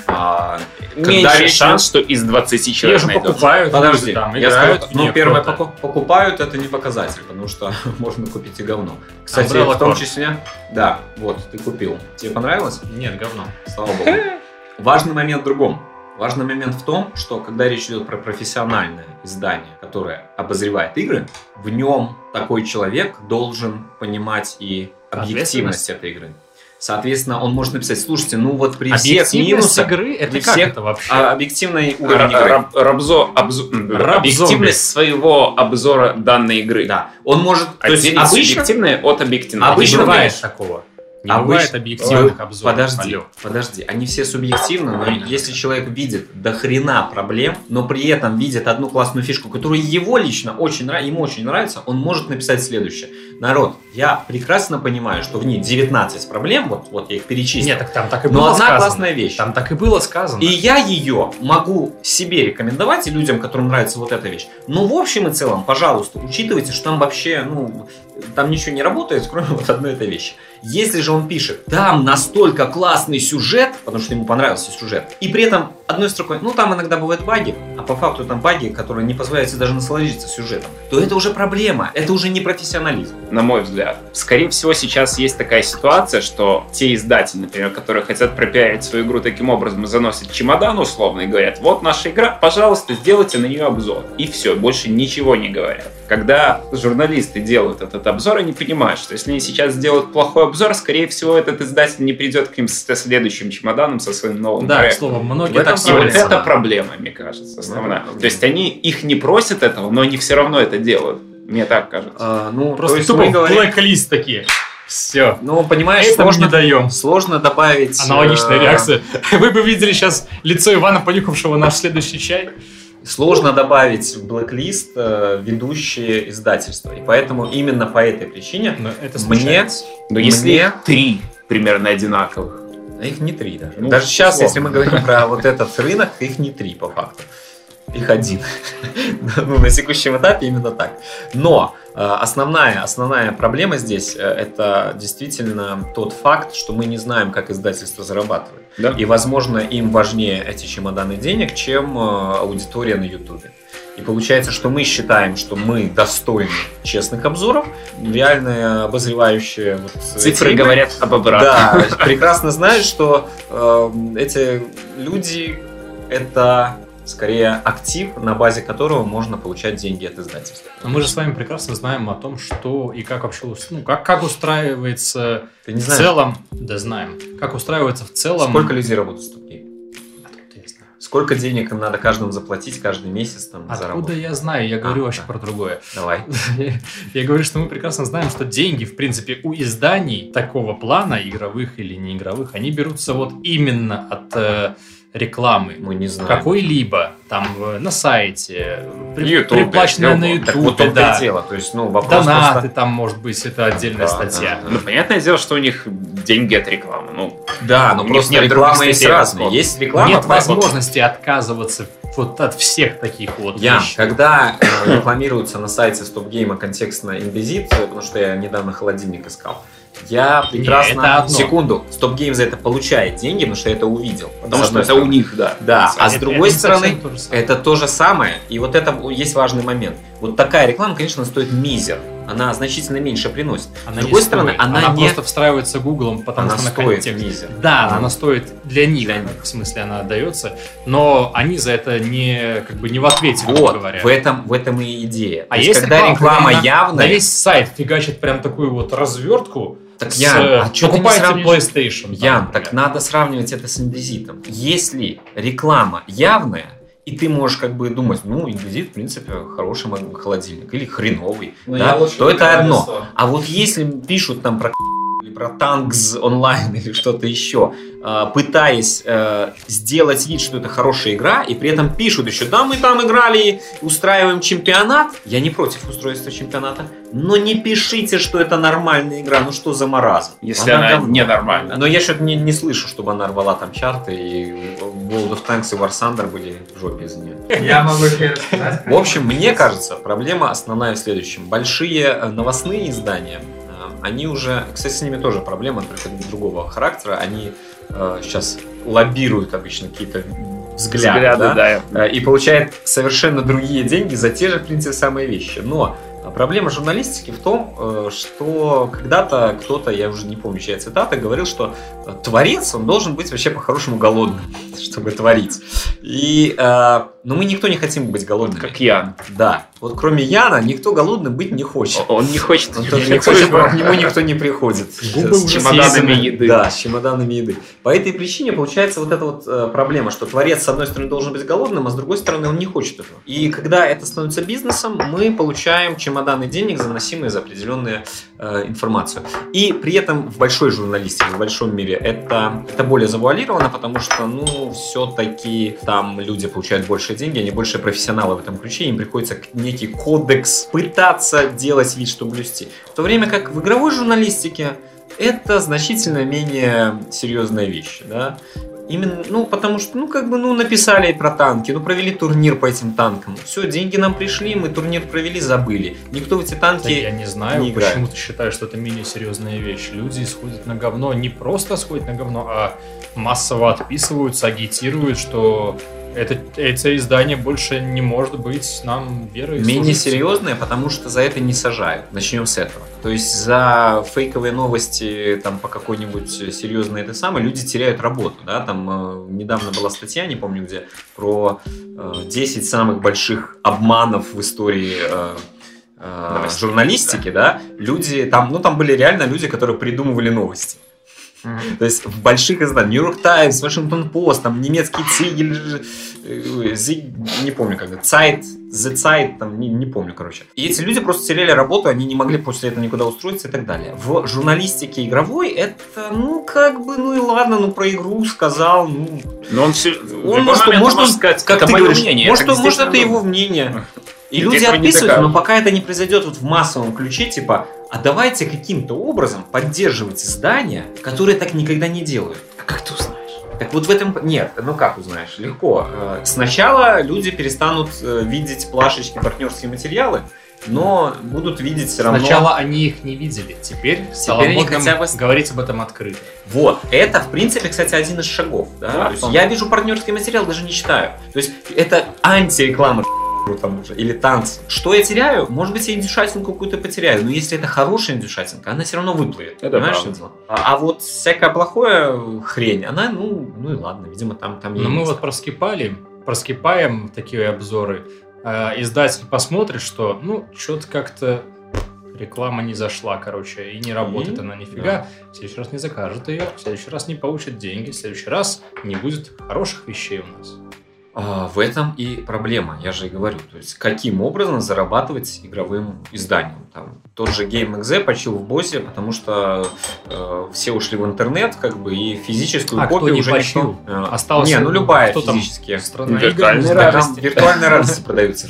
Меньше шанс, что из 20 человек же покупают, подожди, играют. Первое покупают, это не показатель, потому что можно купить и говно. Кстати, в том числе, да, вот, ты купил. Тебе понравилось? Нет, говно. Слава богу. Важный момент в другом. Важный момент в том, что когда речь идет про профессиональное издание, которое обозревает игры, в нем такой человек должен понимать и объективность этой игры. Соответственно, он может написать: слушайте, при всех минусах игры, это при как всех это вообще? Объективный уровень игры. Объективность своего обзора данной игры. Да. Он может отделить субъективное от объективного. Обычно не бывает такого. Не бывает объективных обзоров. Подожди, они все субъективны, но если человек видит до хрена проблем, но при этом видит одну классную фишку, которая ему очень нравится, он может написать следующее: народ, я прекрасно понимаю, что в ней 19 проблем, вот я их перечислил. Нет, так там так и было но одна сказано. Классная вещь. Там так и было сказано. И я ее могу себе рекомендовать и людям, которым нравится вот эта вещь. Но в общем и целом, пожалуйста, учитывайте, что там вообще, там ничего не работает, кроме вот одной этой вещи. Если же он пишет: там настолько классный сюжет, потому что ему понравился сюжет, и при этом одной строкой, там иногда бывают баги, а по факту там баги, которые не позволяют себе даже насладиться сюжетом, то это уже проблема, это уже не профессионализм. На мой взгляд. Скорее всего, сейчас есть такая ситуация, что те издатели, например, которые хотят пропиарить свою игру таким образом, заносят чемодан условно и говорят: вот наша игра, пожалуйста, сделайте на нее обзор. И все, больше ничего не говорят. Когда журналисты делают этот обзор, они понимают, что если они сейчас сделают плохой обзор, скорее всего, этот издатель не придет к ним со следующим чемоданом, со своим новым проектом. Да, к слову, многие так и вот это проблема, мне кажется, основная. То есть они их не просят этого, но они все равно это делают. Мне так кажется. Просто тупо блэк-лист такие. Все. Ну, понимаешь, не даем. Сложно добавить... Аналогичная реакция. Вы бы видели сейчас лицо Ивана, понюхавшего наш следующий чай. Сложно добавить в блэк-лист ведущие издательства. И поэтому именно по этой причине если 3 примерно одинаковых. Их не 3 даже. Даже сейчас, если мы говорим про вот этот рынок, их не 3 по факту. Их 1. На текущем этапе именно так. Но основная проблема здесь это действительно тот факт, что мы не знаем, как издательство зарабатывает. Да. И, возможно, им важнее эти чемоданы денег, чем аудитория на Ютубе. И получается, что мы считаем, что мы достойны честных обзоров. Реальные обозревающие цифры говорят об обратном. Да, прекрасно знают, что эти люди это скорее актив, на базе которого можно получать деньги от издательства. Но мы же с вами прекрасно знаем о том, что и как вообще, как устраивается в целом, да знаем, как устраивается в целом. Сколько людей работают в StopGame? Сколько денег им надо каждому заплатить каждый месяц там Откуда заработать? Я знаю, я говорю вообще про другое. Давай. Я говорю, что мы прекрасно знаем, что деньги, в принципе, у изданий такого плана, игровых или не игровых, они берутся вот именно от рекламы. Мы не знаем. Какой-либо там на сайте, приплаченная на Ютубе. Так вот это дело. То есть, вопрос донаты просто... там, может быть, это отдельная статья. Да. Понятное дело, что у них деньги от рекламы. Да, но просто реклама есть разные. Есть реклама. Нет возможности отказываться вот от всех таких вот вещей. Когда рекламируется на сайте StopGame контекстно индезит, потому что я недавно холодильник искал, я прекрасно... Секунду. StopGame за это получает деньги, потому что я это увидел. Потому что это у них, да. Да, а с другой стороны, это то же самое. И вот это есть важный момент. Вот такая реклама, конечно, стоит мизер. Она значительно меньше приносит. С другой стороны, она просто встраивается Гуглом, потому что она стоит мизер. Да, она стоит для них, в смысле, она отдается, но они за это не в ответе, вот, говоря. В этом и идея. А если когда реклама явная... На весь сайт фигачит прям такую вот развертку, так, Ян, покупайте PlayStation. Ян, так надо сравнивать это с индезитом. Если реклама явная, и ты можешь думать, индезит, в принципе, хороший холодильник или хреновый, да, то это одно. А вот если пишут там про Tanks онлайн или что-то еще, пытаясь сделать вид, что это хорошая игра, и при этом пишут еще, да, мы там играли, устраиваем чемпионат. Я не против устройства чемпионата, но не пишите, что это нормальная игра. Что за маразм? Если она ненормальная. Но я что-то не слышу, чтобы она рвала там чарты, и World of Tanks и War Thunder были в жопе из нее. Я могу рассказать. В общем, мне кажется, проблема основная в следующем. Большие новостные издания, они уже, кстати, с ними тоже проблема, только другого характера, они сейчас лоббируют обычно какие-то взгляды, да? И получают совершенно другие деньги за те же, в принципе, самые вещи. Но проблема журналистики в том, что когда-то кто-то, я уже не помню, чья цитата, говорил, что творец, он должен быть вообще по-хорошему голодным, чтобы творить. Но мы никто не хотим быть голодными. Как Ян. Да. Вот кроме Яна никто голодным быть не хочет. Он не хочет. Он тоже не хочет, к нему никто не приходит. С чемоданами еды. Да, с чемоданами еды. По этой причине получается вот эта вот проблема, что творец с одной стороны должен быть голодным, а с другой стороны он не хочет этого. И когда это становится бизнесом, мы получаем чемоданы денег, заносимые за определенную информацию. И при этом в большой журналистике, в большом мире это более завуалировано, потому что, все-таки там люди получают больше деньги, они больше профессионалы в этом ключе, им приходится некий кодекс пытаться делать вид, что блюсти. В то время как в игровой журналистике это значительно менее серьезная вещь, да. Именно, потому что, написали про танки, провели турнир по этим танкам. Все, деньги нам пришли, мы турнир провели, забыли. Никто в эти танки я не знаю, почему ты считаешь, что это менее серьезная вещь. Люди сходят на говно, не просто сходят на говно, а массово отписываются, агитируют, что это издание больше не может быть нам верой. Менее серьезное, потому что за это не сажают. Начнем с этого. То есть за фейковые новости там по какой-нибудь серьезной люди теряют работу. Да? Там недавно была статья, не помню где, про 10 самых больших обманов в истории журналистики. Да? Люди, там были реально люди, которые придумывали новости. То есть в больших изданиях, Нью-Йорк Таймс, Вашингтон Пост, там немецкий Цигель, не помню как это, Zeit, The Zeit, там, не помню, короче. И эти люди просто теряли работу, они не могли после этого никуда устроиться и так далее. В журналистике игровой это, и ладно, про игру сказал, Но он может сказать, как ты говоришь, мнение. Может это его мнение. И люди отписывают, но пока это не произойдет в массовом ключе, а давайте каким-то образом поддерживать издания, которые так никогда не делают. А как ты узнаешь? Так вот в этом... Нет, как узнаешь? Легко. Сначала люди перестанут видеть плашечки, партнерские материалы, но будут видеть все равно... Сначала они их не видели, теперь стало модным говорить об этом открыто. Вот, это, в принципе, кстати, один из шагов. Да? То есть я вижу партнерский материал, даже не читаю. То есть это антиреклама там уже, или танцы. Что я теряю? Может быть, я индюшатинку какую-то потеряю, но если это хорошая индюшатинка, она все равно выплывет. Это понимаешь, что дело? А вот всякая плохая хрень, она, и ладно, видимо, там но мы вот проскипаем такие обзоры, издатель посмотрит, что, что-то как-то реклама не зашла, и не работает она нифига. Да. В следующий раз не закажет ее, в следующий раз не получит деньги, в следующий раз не будет хороших вещей у нас. В этом и проблема, я же и говорю. То есть, каким образом зарабатывать игровым изданием. Тот же Game.exe почил в боссе, потому что все ушли в интернет, и физическую копию уже почил? Осталось. Любая физическая. Виртуальные радости продаются.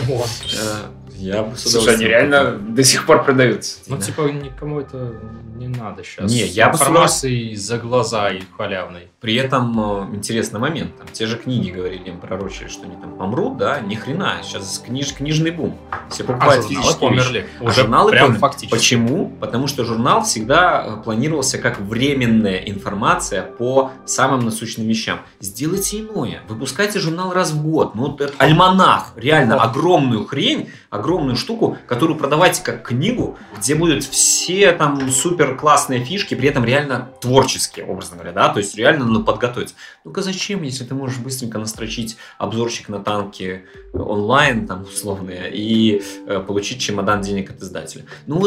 Слушай, они реально до сих пор продаются. Никому это не надо сейчас. Я информации за глаза и халявной. При этом интересный момент. Те же книги говорили, им пророчили, что они помрут, да? Ни хрена. Сейчас книжный бум. Все покупают физические вещи. Журналы померли. Фактически. Почему? Потому что журнал всегда планировался как временная информация по самым насущным вещам. Сделайте иное. Выпускайте журнал раз в год. Альманах. Реально огромную хрень, огромную штуку, которую продавайте как книгу, где будут все супер классные фишки, при этом реально творческие, образно говоря, да, то есть реально подготовиться. Зачем, если ты можешь быстренько настрочить обзорчик на танки онлайн, условные, и получить чемодан денег от издателя.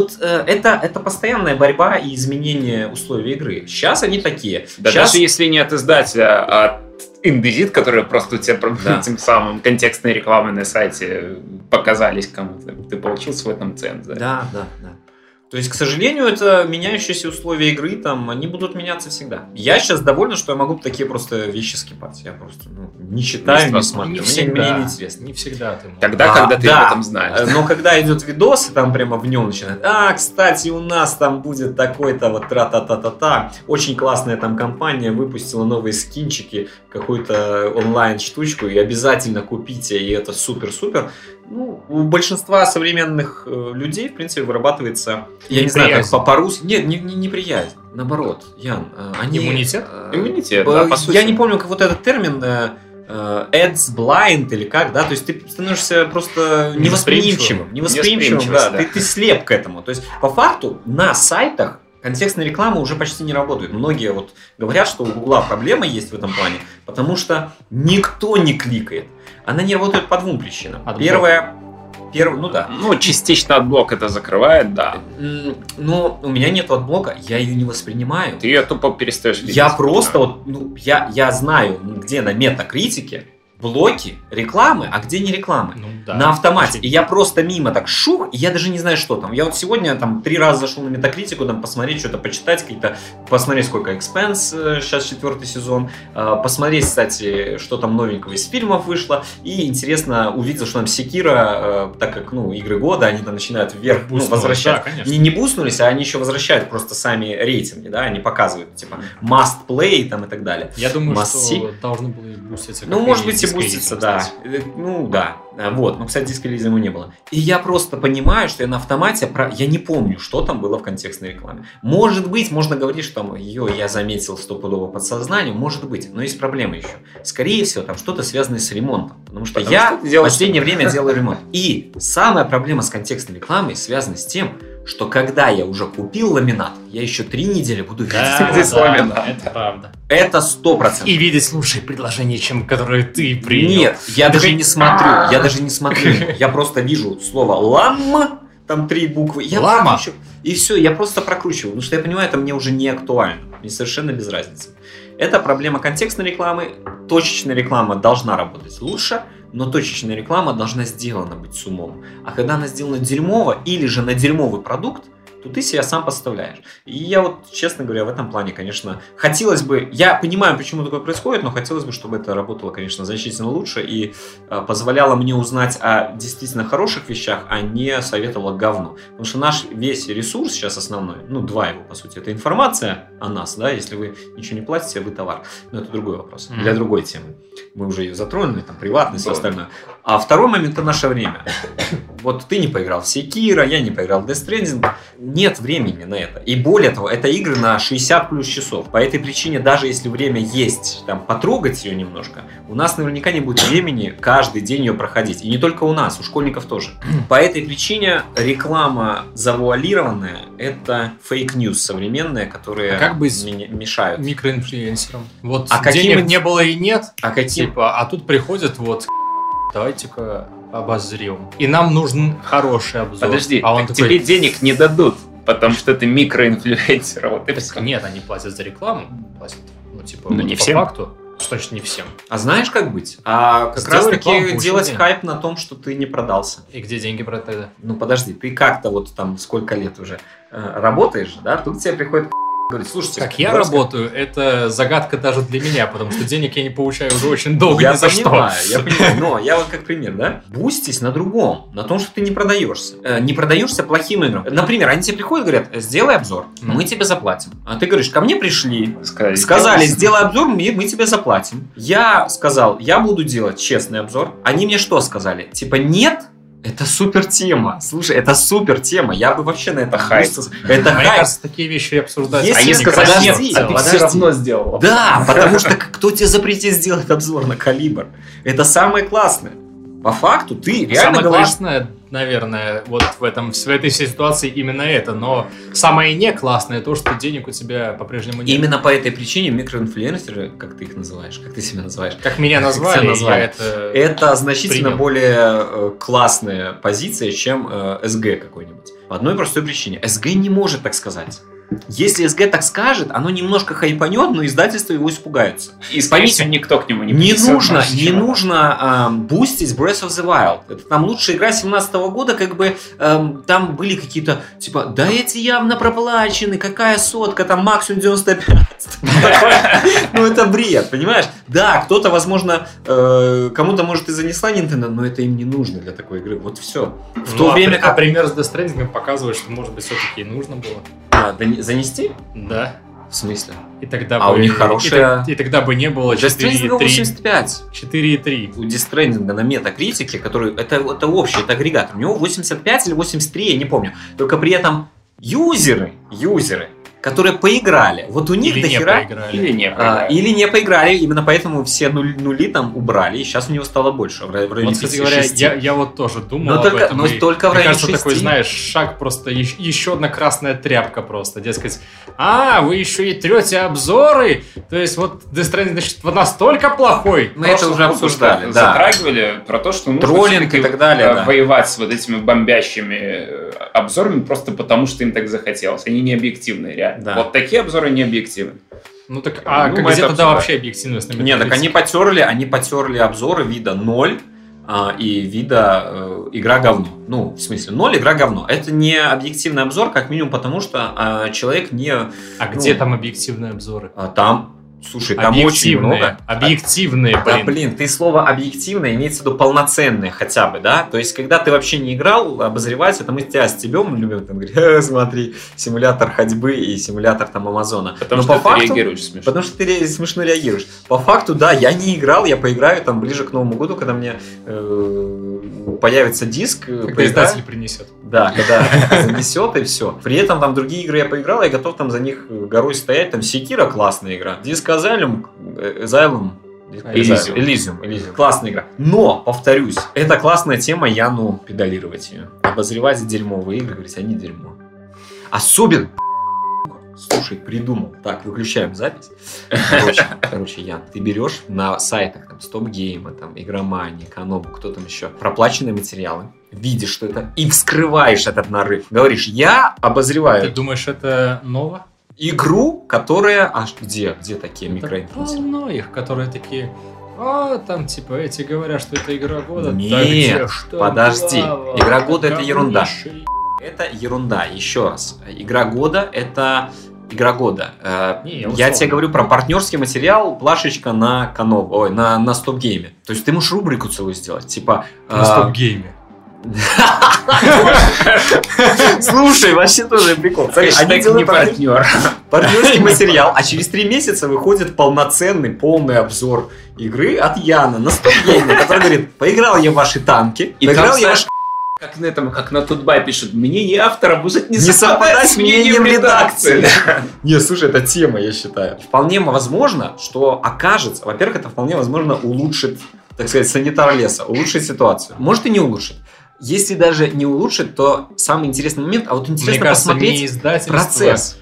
Это постоянная борьба и изменение условий игры. Сейчас они такие. Да даже если не от издателя, а от Индезит, которые просто у тебя тем самым контекстной рекламой на сайте показались кому-то. Ты получился в этом цензе. Да. То есть, к сожалению, это меняющиеся условия игры, они будут меняться всегда. Я сейчас доволен, что я могу такие просто вещи скипать. Я просто не читаю, не смотрю. Мне не интересно. Не всегда ты можешь. Тогда, когда ты об этом знаешь. Но когда идет видос, и прямо в нем начинает. Кстати, у нас будет такой-то тра-та-та-та-та. Очень классная компания выпустила новые скинчики, какую-то онлайн-штучку, и обязательно купите, и это супер-супер. У большинства современных людей, в принципе, вырабатывается, я не знаю, как по-русски. Нет, не приязнь. Наоборот, Ян. Иммунитет? Иммунитет, да, по сути. Я не помню, как этот термин ads blind или как, да, то есть ты становишься просто невосприимчивым, да, ты слеп к этому. То есть, по факту, на сайтах контекстная реклама уже почти не работает. Многие говорят, что у Гугла проблема есть в этом плане, потому что никто не кликает. Она не работает по двум причинам. Первое, частично отблок это закрывает, да. Но у меня нет отблока, я ее не воспринимаю. Ты ее тупо перестаешь видеть. Я просто я знаю, где на метакритике блоки рекламы, а где не рекламы. На автомате. И я просто мимо шух, и я даже не знаю, что там. Я сегодня 3 раза зашел на метакритику, посмотреть, что-то почитать, посмотреть, сколько Expanse, сейчас 4 сезон, посмотреть, кстати, что там новенького из фильмов вышло, и интересно увидел, что там Sekiro, так как, игры года, они начинают вверх возвращать. Да, не бустнулись, а они еще возвращают просто сами рейтинги, да, они показывают, must play и так далее. Я думаю, что должны были буститься. Может быть, и буститься, да. Да. Кстати, диск-релиза ему не было. И я просто понимаю, что я на автомате, я не помню, что там было в контекстной рекламе. Может быть, можно говорить, что ее я заметил стопудово подсознанием, может быть, но есть проблема еще. Скорее всего, там что-то связанное с ремонтом, потому что я в последнее время делаю ремонт. И самая проблема с контекстной рекламой связана с тем, что когда я уже купил ламинат, я еще 3 недели буду видеть ламинат. Это правда. Это 100%. И видеть лучшие предложения, чем которые ты принял. Нет, я даже не смотрю. Я просто вижу слово «лам», там 3 буквы. Я Лама. И все, я просто прокручиваю, потому что я понимаю, это мне уже не актуально. Мне совершенно без разницы. Это проблема контекстной рекламы. Точечная реклама должна работать лучше, но точечная реклама должна сделана быть с умом. А когда она сделана дерьмово или же на дерьмовый продукт, то ты себя сам подставляешь. И я вот, честно говоря, в этом плане, конечно, хотелось бы, я понимаю, почему такое происходит, но хотелось бы, чтобы это работало, конечно, значительно лучше и позволяло мне узнать о действительно хороших вещах, а не советовало говно. Потому что наш весь ресурс сейчас основной, 2 его, по сути, это информация о нас, да, если вы ничего не платите, вы товар. Но это другой вопрос, для другой темы. Мы уже ее затронули, там, приватность и остальное. А второй момент – это наше время. Вот ты не поиграл в Sekiro, я не поиграл в Death Stranding. Нет времени на это. И более того, это игры на 60 плюс часов. По этой причине, даже если время есть, там, потрогать ее немножко, у нас наверняка не будет времени каждый день ее проходить. И не только у нас, у школьников тоже. По этой причине реклама завуалированная – это фейк-ньюс современные, которые как быть мешают. Микроинфлюенсером? Вот денег не было и нет, а тут приходят давайте-ка обозрем. И нам нужен хороший обзор. Подожди, тебе денег не дадут, потому что ты микроинфлюенсер. Вот и все. Нет, они платят за рекламу. Платят, не по всем. Факту. Точно не всем. А знаешь, как быть? Как раз таки делать хайп на том, что ты не продался. И где деньги брать тогда? Подожди, ты как-то там сколько лет уже работаешь, да? Тут к тебе приходит говорит, слушайте, как я работаю, это загадка даже для меня, потому что денег я не получаю уже очень долго ни за что. Я понимаю, но я вот как пример, да? Бустись на другом, на том, что ты не продаешься. Не продаешься плохим играм. Например, они тебе приходят и говорят, сделай обзор, мы тебе заплатим. А ты говоришь, ко мне пришли, сказали, сделай обзор, мы тебе заплатим. Я сказал, я буду делать честный обзор. Они мне что сказали? Типа, нет? Это супер тема. Слушай, это супер тема. Я бы вообще на это хайп. Это хайп. Мне кажется, такие вещи обсуждать. Они сказали, нет, а ты все равно сделал. Да, потому что кто тебе запретит сделать обзор на Калибр? Это самое классное. По факту ты реально говоришь... Самое классное, наверное, вот в этой ситуации именно это. Но самое не классное то, что денег у тебя по-прежнему нет. Именно по этой причине микроинфлюенсеры, как ты их называешь, как ты себя называешь? Как меня назвали, это значительно более классная позиция, чем СГ какой-нибудь. По одной простой причине. СГ не может так сказать. Если СГ так скажет, оно немножко хайпанет, но издательство его испугается. И, скорее всего, никто к нему не присоединится. Не нужно бустить Breath of the Wild. Это там лучшая игра 2017 года, там были какие-то, типа, да эти явно проплачены, какая сотка, там максимум 95. Это бред, понимаешь? Да, кто-то, возможно, кому-то, может, и занесла Nintendo, но это им не нужно для такой игры. Вот все. В то время как пример с Death Stranding показывает, что, может быть, все-таки и нужно было. Занести? Да. В смысле? И тогда у них хорошая... И тогда бы не было 4,3. 85. 4,3. У Death Stranding на метакритике, который... Это общий, это агрегатор. У него 85 или 83, я не помню. Только при этом юзеры, которые поиграли. Вот у них дохера... Или не поиграли. Именно поэтому все нули там убрали. И сейчас у него стало больше. В районе 5-6. Кстати говоря, я вот тоже думал об этом. Но только в районе 6. Мне кажется, такой, знаешь, шаг просто... Еще одна красная тряпка просто. Дескать, вы еще и трете обзоры? То есть вот Death Stranding, значит, настолько плохой? Мы это уже обсуждали. Затрагивали про то, что нужно троллинг и так далее. Воевать с вот этими бомбящими обзорами просто потому, что им так захотелось. Они не объективные, реально. Да. Вот такие обзоры не объективны. Где тогда вообще объективность? Нет, так они потерли обзоры вида 0 и вида игра говно. В смысле, 0 игра говно. Это не объективный обзор, как минимум потому, что человек не... где там объективные обзоры? Там... Слушай, там очень много. Объективные, блин. Ты слово объективное имеется в виду полноценные хотя бы, да? То есть, когда ты вообще не играл, обозревать, это мы тебя стебем, любим там говорить, смотри, симулятор ходьбы и симулятор там Амазона. Потому что ты реагируешь смешно. Потому что ты смешно реагируешь. По факту, да, я не играл, я поиграю там ближе к Новому году, когда мне появится диск. Когда издатель принесет. Да, когда занесет и все. При этом там другие игры я поиграл, я готов там за них горой стоять. Там Sekiro классная игра. Диск Asylum. Elysium. Классная игра. Но, повторюсь, это классная тема, педалировать ее. Обозревать дерьмовые игры, говорить, они дерьмо. Особенно слушай, придумал. Так, выключаем запись. Короче, Ян, ты берешь на сайтах там Стопгейма, там Игромании, Канобу, кто там еще, проплаченные материалы, видишь, что это, и вскрываешь этот нарыв. Говоришь, я обозреваю. Ты думаешь, это ново? Игру, которая... где такие микроинфluенсеры? Полно их, которые такие... там, типа, эти говорят, что это игра года. Нет, подожди. Игра года — это ерунда. Это ерунда. Еще раз. Игра года — это игра года. Я тебе говорю про партнерский материал, плашечка на Канов, на Стопгейме. То есть ты можешь рубрику целую сделать. Типа... На Стопгейме. Слушай, вообще тоже прикол. Они делают партнерский материал, а через 3 месяца выходит полноценный, полный обзор игры от Яна на Стопгейме, который говорит, поиграл я в ваши танки, поиграл я в ваши... Как на Тутбай пишут, мнение автора может не совпадать с мнением редакции. Не, слушай, это тема, я считаю. Вполне возможно, что окажется, во-первых, это вполне возможно улучшит, так сказать, санитар леса, улучшит ситуацию. Может и не улучшит. Если даже не улучшит, то самый интересный момент, а вот интересно посмотреть процесс.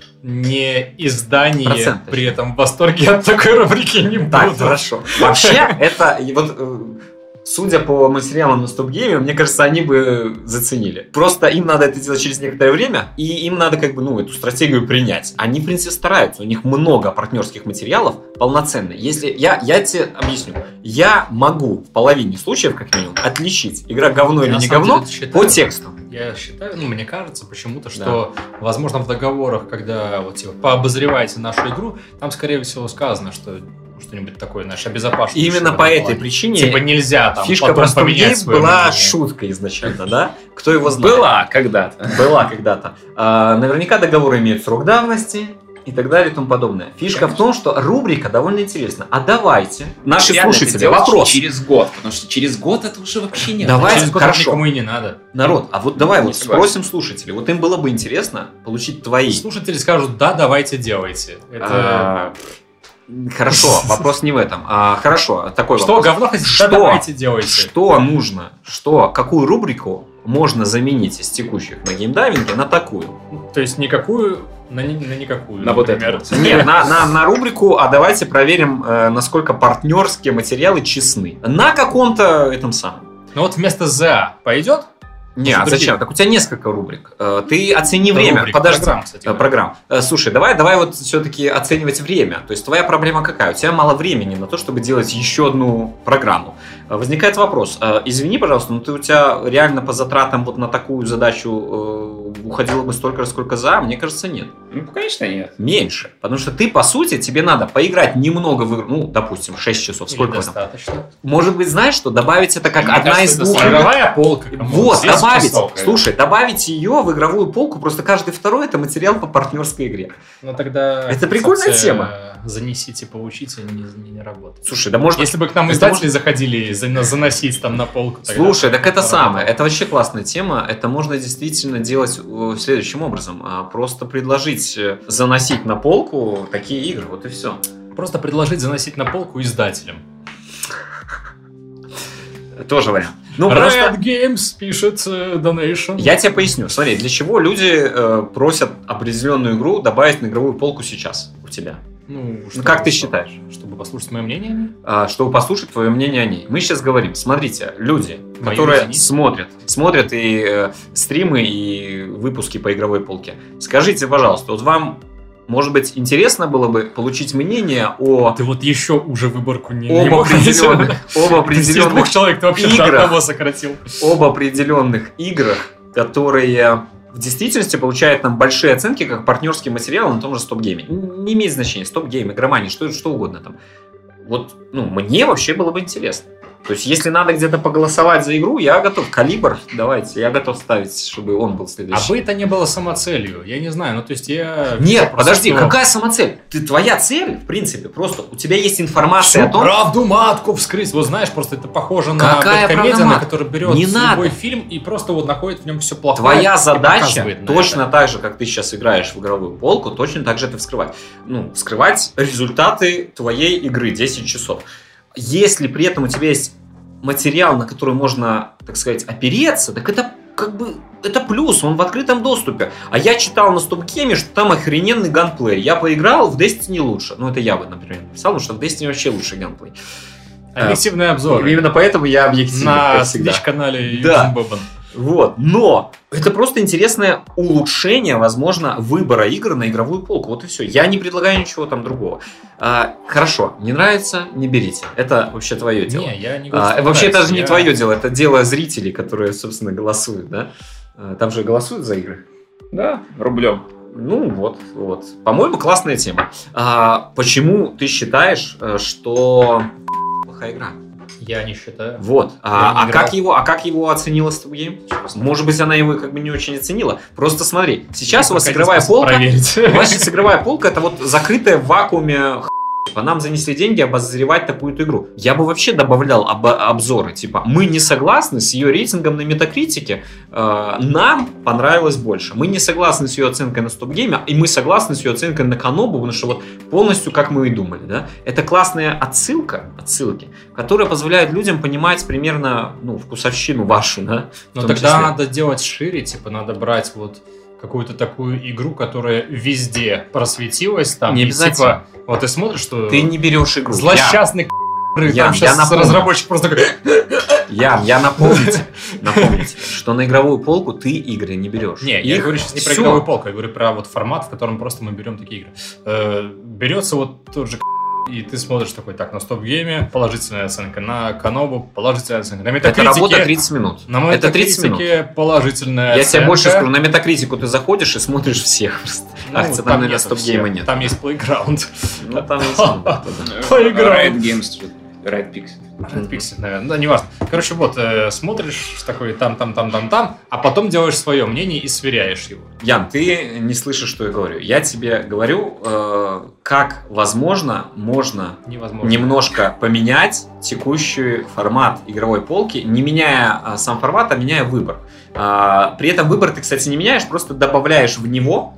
Не издание, при этом в восторге от такой рубрики не буду. Так, хорошо. Вообще, это вот... Судя по материалам на Стопгейме, мне кажется, они бы заценили. Просто им надо это делать через некоторое время, и им надо эту стратегию принять. Они, в принципе, стараются. У них много партнерских материалов полноценных. Если я тебе объясню. Я могу в половине случаев, как минимум, отличить игра говно или не говно по тексту. Я считаю, мне кажется почему-то, что, возможно, в договорах, когда пообозреваете нашу игру, там, скорее всего, сказано, что что-нибудь такое, обезопашивающее. Именно по этой причине нельзя там фишка про Стопгейм была шуткой изначально, да? Кто его знает? Была когда-то. Наверняка договоры имеют срок давности и так далее и тому подобное. Фишка в том, что рубрика довольно интересна. А давайте, наши слушатели, вопрос. Через год, потому что через год это уже вообще нет. Давайте, через год никому и не надо. Народ, а давай спросим слушателей. Им было бы интересно получить твои. Слушатели скажут, да, давайте, делайте. Это... Хорошо, вопрос не в этом. Хорошо, такой вопрос. Что, говно хотите? Давайте, делайте. Что нужно? Какую рубрику можно заменить из текущих на геймдайвинге на такую? То есть никакую на никакую, на например. Вот это. Нет, на рубрику, а давайте проверим, насколько партнерские материалы честны. На каком-то этом самом. Ну вот вместо «за» пойдет? Нет, зачем? Так у тебя несколько рубрик. Ты оцени время. Подожди. Программ, кстати. Программ. Слушай, давай все-таки оценивать время. То есть твоя проблема какая? У тебя мало времени на то, чтобы делать еще одну программу. Возникает вопрос. Извини, пожалуйста, но у тебя реально по затратам на такую задачу уходило бы столько, сколько «за»? Мне кажется, нет. Ну, конечно, нет. Меньше. Потому что ты, по сути, тебе надо поиграть немного в игру. Допустим, 6 часов. Сколько достаточно. Может быть, знаешь что? Добавить это как одна из двух. Игровая полка. Вот, добавить ее в игровую полку, просто каждый второй это материал по партнерской игре. Ну тогда... Это прикольная тема. Занесите, поучите, не работает. Слушай, да можно... Если бы к нам издатели заходили заносить там на полку... Слушай, так это самое. Это вообще классная тема. Это можно действительно делать следующим образом. Просто предложить заносить на полку такие игры, вот и все. Просто предложить заносить на полку издателям. Тоже вариант. Riot Games пишет donation. Я тебе поясню. Смотри, для чего люди просят определенную игру добавить на игровую полку сейчас у тебя? Как ты считаешь? Чтобы послушать мое мнение о ней? Чтобы послушать твое мнение о ней. Мы сейчас говорим, смотрите, люди, которые смотрят и стримы, и выпуски по игровой полке. Скажите, пожалуйста, вам... Может быть, интересно было бы получить мнение о... Ты еще уже выборку не об определенных двух человек ты вообще до одного сократил. Об определенных играх, которые в действительности получают нам большие оценки, как партнерский материал на том же Стопгейме. Не имеет значения. Стопгейм, Игромания, что угодно там. Мне вообще было бы интересно. То есть, если надо где-то поголосовать за игру, я готов. Калибр, давайте, я готов ставить, чтобы он был следующий. А бы это не было самоцелью, я не знаю, Нет, подожди, какая самоцель? Твоя цель, в принципе, просто у тебя есть информация о том... правду матку вскрыть. Вот знаешь, просто это похоже на бэдкомедиана, который берет любой фильм и просто находит в нем все плохое. Твоя задача, точно так же, как ты сейчас играешь в игровую полку, точно так же это вскрывать. Вскрывать результаты твоей игры 10 часов. Если при этом у тебя есть материал, на который можно, так сказать, опереться, так это как бы это плюс, он в открытом доступе. А я читал на StopGame, что там охрененный ганплей. Я поиграл, в Destiny лучше. Ну, это я бы, например, написал, потому что в Destiny вообще лучше ганплей. Объективный обзор. Именно поэтому я объективный, на Twitch-канале да. Вот, но это просто интересное улучшение, возможно, выбора игр на игровую полку. Вот и все. Я не предлагаю ничего там другого. Хорошо, не нравится, не берите. Это вообще твое дело. Не, я не говорю, вообще это даже не твое дело, это дело зрителей, которые, собственно, голосуют, да? Там же голосуют за игры. Да, рублем. Ну вот. По-моему, классная тема. Почему ты считаешь, что плохая игра? Я не считаю. Вот. Как его оценила StopGame? Может быть, она его как бы не очень оценила. Просто смотри, сейчас у вас игровая полка. У вас сейчас игровая полка, это вот закрытая в вакууме. Нам занесли деньги обозревать такую-то игру. Я бы вообще добавлял обзоры. Типа, мы не согласны с ее рейтингом на Метакритике. Нам понравилось больше. Мы не согласны с ее оценкой на StopGame, и мы согласны с ее оценкой на Konobu, потому что вот полностью как мы и думали. Да? Это классная отсылки, которые позволяют людям понимать примерно вкусовщину вашу. Да? Но тогда надо делать шире, типа надо брать вот какую-то такую игру, которая везде просветилась. Там, не обязательно. Типа, вот ты смотришь, что... Ты не берешь игру. Злосчастный там сейчас разработчик просто такой... Я напомните, что на игровую полку ты игры не берешь. Не, я говорю сейчас не про игровую полку, я говорю про вот формат, в котором просто мы берем такие игры. Берется вот тот же и ты смотришь такой, так, на StopGame положительная оценка, на Konobu положительная оценка, на Метакритике... Это работа 30 минут. На Метакритике положительная оценка. Я тебе больше скажу, на Метакритику ты заходишь и смотришь всех. Акция там на StopGame нет. Там есть Playground. Ну, там есть Playground. Red Pixel. Red Pixel, наверное. Да, неважно. Короче, вот, смотришь такой там, а потом делаешь свое мнение и сверяешь его. Ян, ты не слышишь, что я говорю. Я тебе говорю, как, возможно, можно немножко поменять текущий формат игровой полки, не меняя сам формат, а меняя выбор. При этом выбор ты, кстати, не меняешь, просто добавляешь в него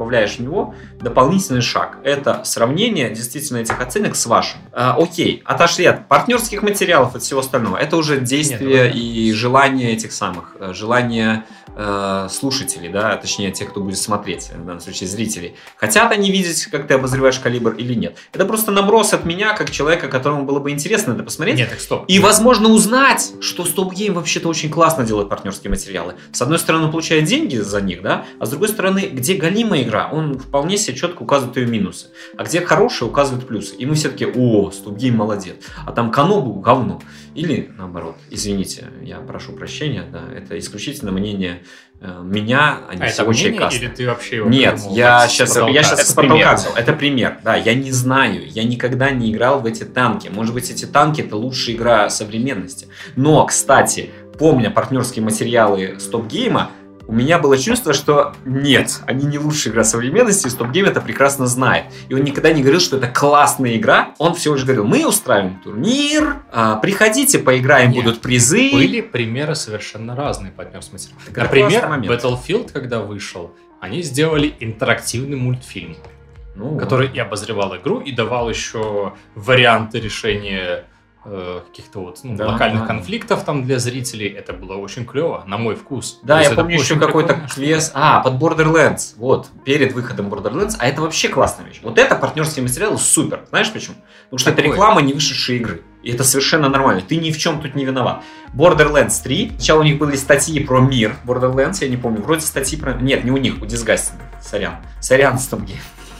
дополнительный шаг. Это сравнение действительно этих оценок с вашим. Окей, отошли от партнерских материалов, от всего остального. Это уже действие и желание этих самых, желание слушателей, да, точнее тех, кто будет смотреть, в данном случае зрителей. Хотят они видеть, как ты обозреваешь калибр или нет. Это просто наброс от меня, как человека, которому было бы интересно это посмотреть. Нет, так стоп. И, возможно, узнать, что StopGame вообще-то очень классно делает партнерские материалы. С одной стороны, он получает деньги за них, да, а с другой стороны, где галимая игра, он вполне себе четко указывает ее минусы. А где хорошие, указывает плюсы. И мы все таки, StopGame молодец. А там Konobu говно. Или наоборот, извините, я прошу прощения, да, это исключительно мнение меня, а не всего чайкаста. Или ты вообще его Нет, я сейчас с потолка взял. Это пример. Да, я не знаю, я никогда не играл в эти танки. Может быть, эти танки это лучшая игра современности. Но, кстати, помня партнерские материалы StopGame, у меня было чувство, что нет, они не лучшая игра современности, и StopGame это прекрасно знает. И он никогда не говорил, что это классная игра. Он всего лишь говорил, мы устраиваем турнир, приходите, поиграем, будут призы. Были примеры совершенно разные партнерские материалы. Например, Battlefield, когда вышел, они сделали интерактивный мультфильм, который и обозревал игру, и давал еще варианты решения каких-то локальных конфликтов там для зрителей. Это было очень клево, на мой вкус. Да, я помню еще какой-то квест. Под Borderlands. Вот, перед выходом Borderlands. А это вообще классная вещь. Вот это партнерские материалы супер. Знаешь почему? Потому что это реклама не вышедшей игры. И это совершенно нормально. Ты ни в чем тут не виноват. Borderlands 3. Сначала у них были статьи про мир Borderlands, я не помню. Вроде статьи про... Нет, не у них, у Disgusting. Сорян, StopGame.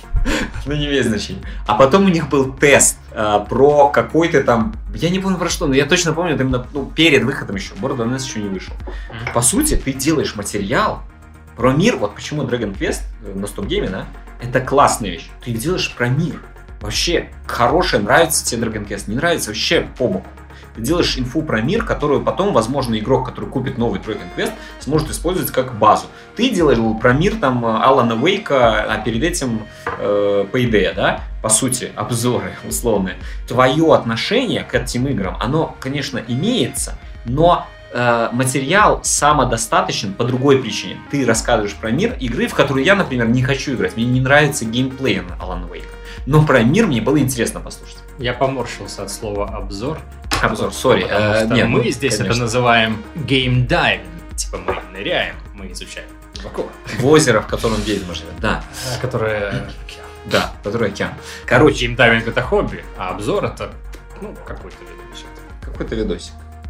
Ну, не имеет значения. А потом у них был тест про какой-то там... Я не помню про что, но я точно помню, это именно перед выходом еще. Borderlands еще не вышел. По сути, ты делаешь материал про мир. Вот почему Dragon Quest на StopGame, да? Это классная вещь. Ты делаешь про мир. Вообще, хорошее, нравится тебе Dragon Quest, не нравится, вообще по боку. Ты делаешь инфу про мир, которую потом, возможно, игрок, который купит новый Dragon Quest, сможет использовать как базу. Ты делал про мир там Алана Уэйка, а перед этим Payday, да? По сути, обзоры условные. Твое отношение к этим играм, оно, конечно, имеется, но материал самодостаточен по другой причине. Ты рассказываешь про мир игры, в которую я, например, не хочу играть. Мне не нравится геймплей Алана Уэйка. Но про мир мне было интересно послушать. Я поморщился от слова обзор. Обзор, сори. Мы здесь это называем геймдайвинг. Типа мы ныряем, мы изучаем глубоко. В озеро, в котором ведьма живет, да. Которое океан. Да, который океан. Короче, геймдайвинг это хобби, а обзор это, какой-то видосик. Какой-то видосик.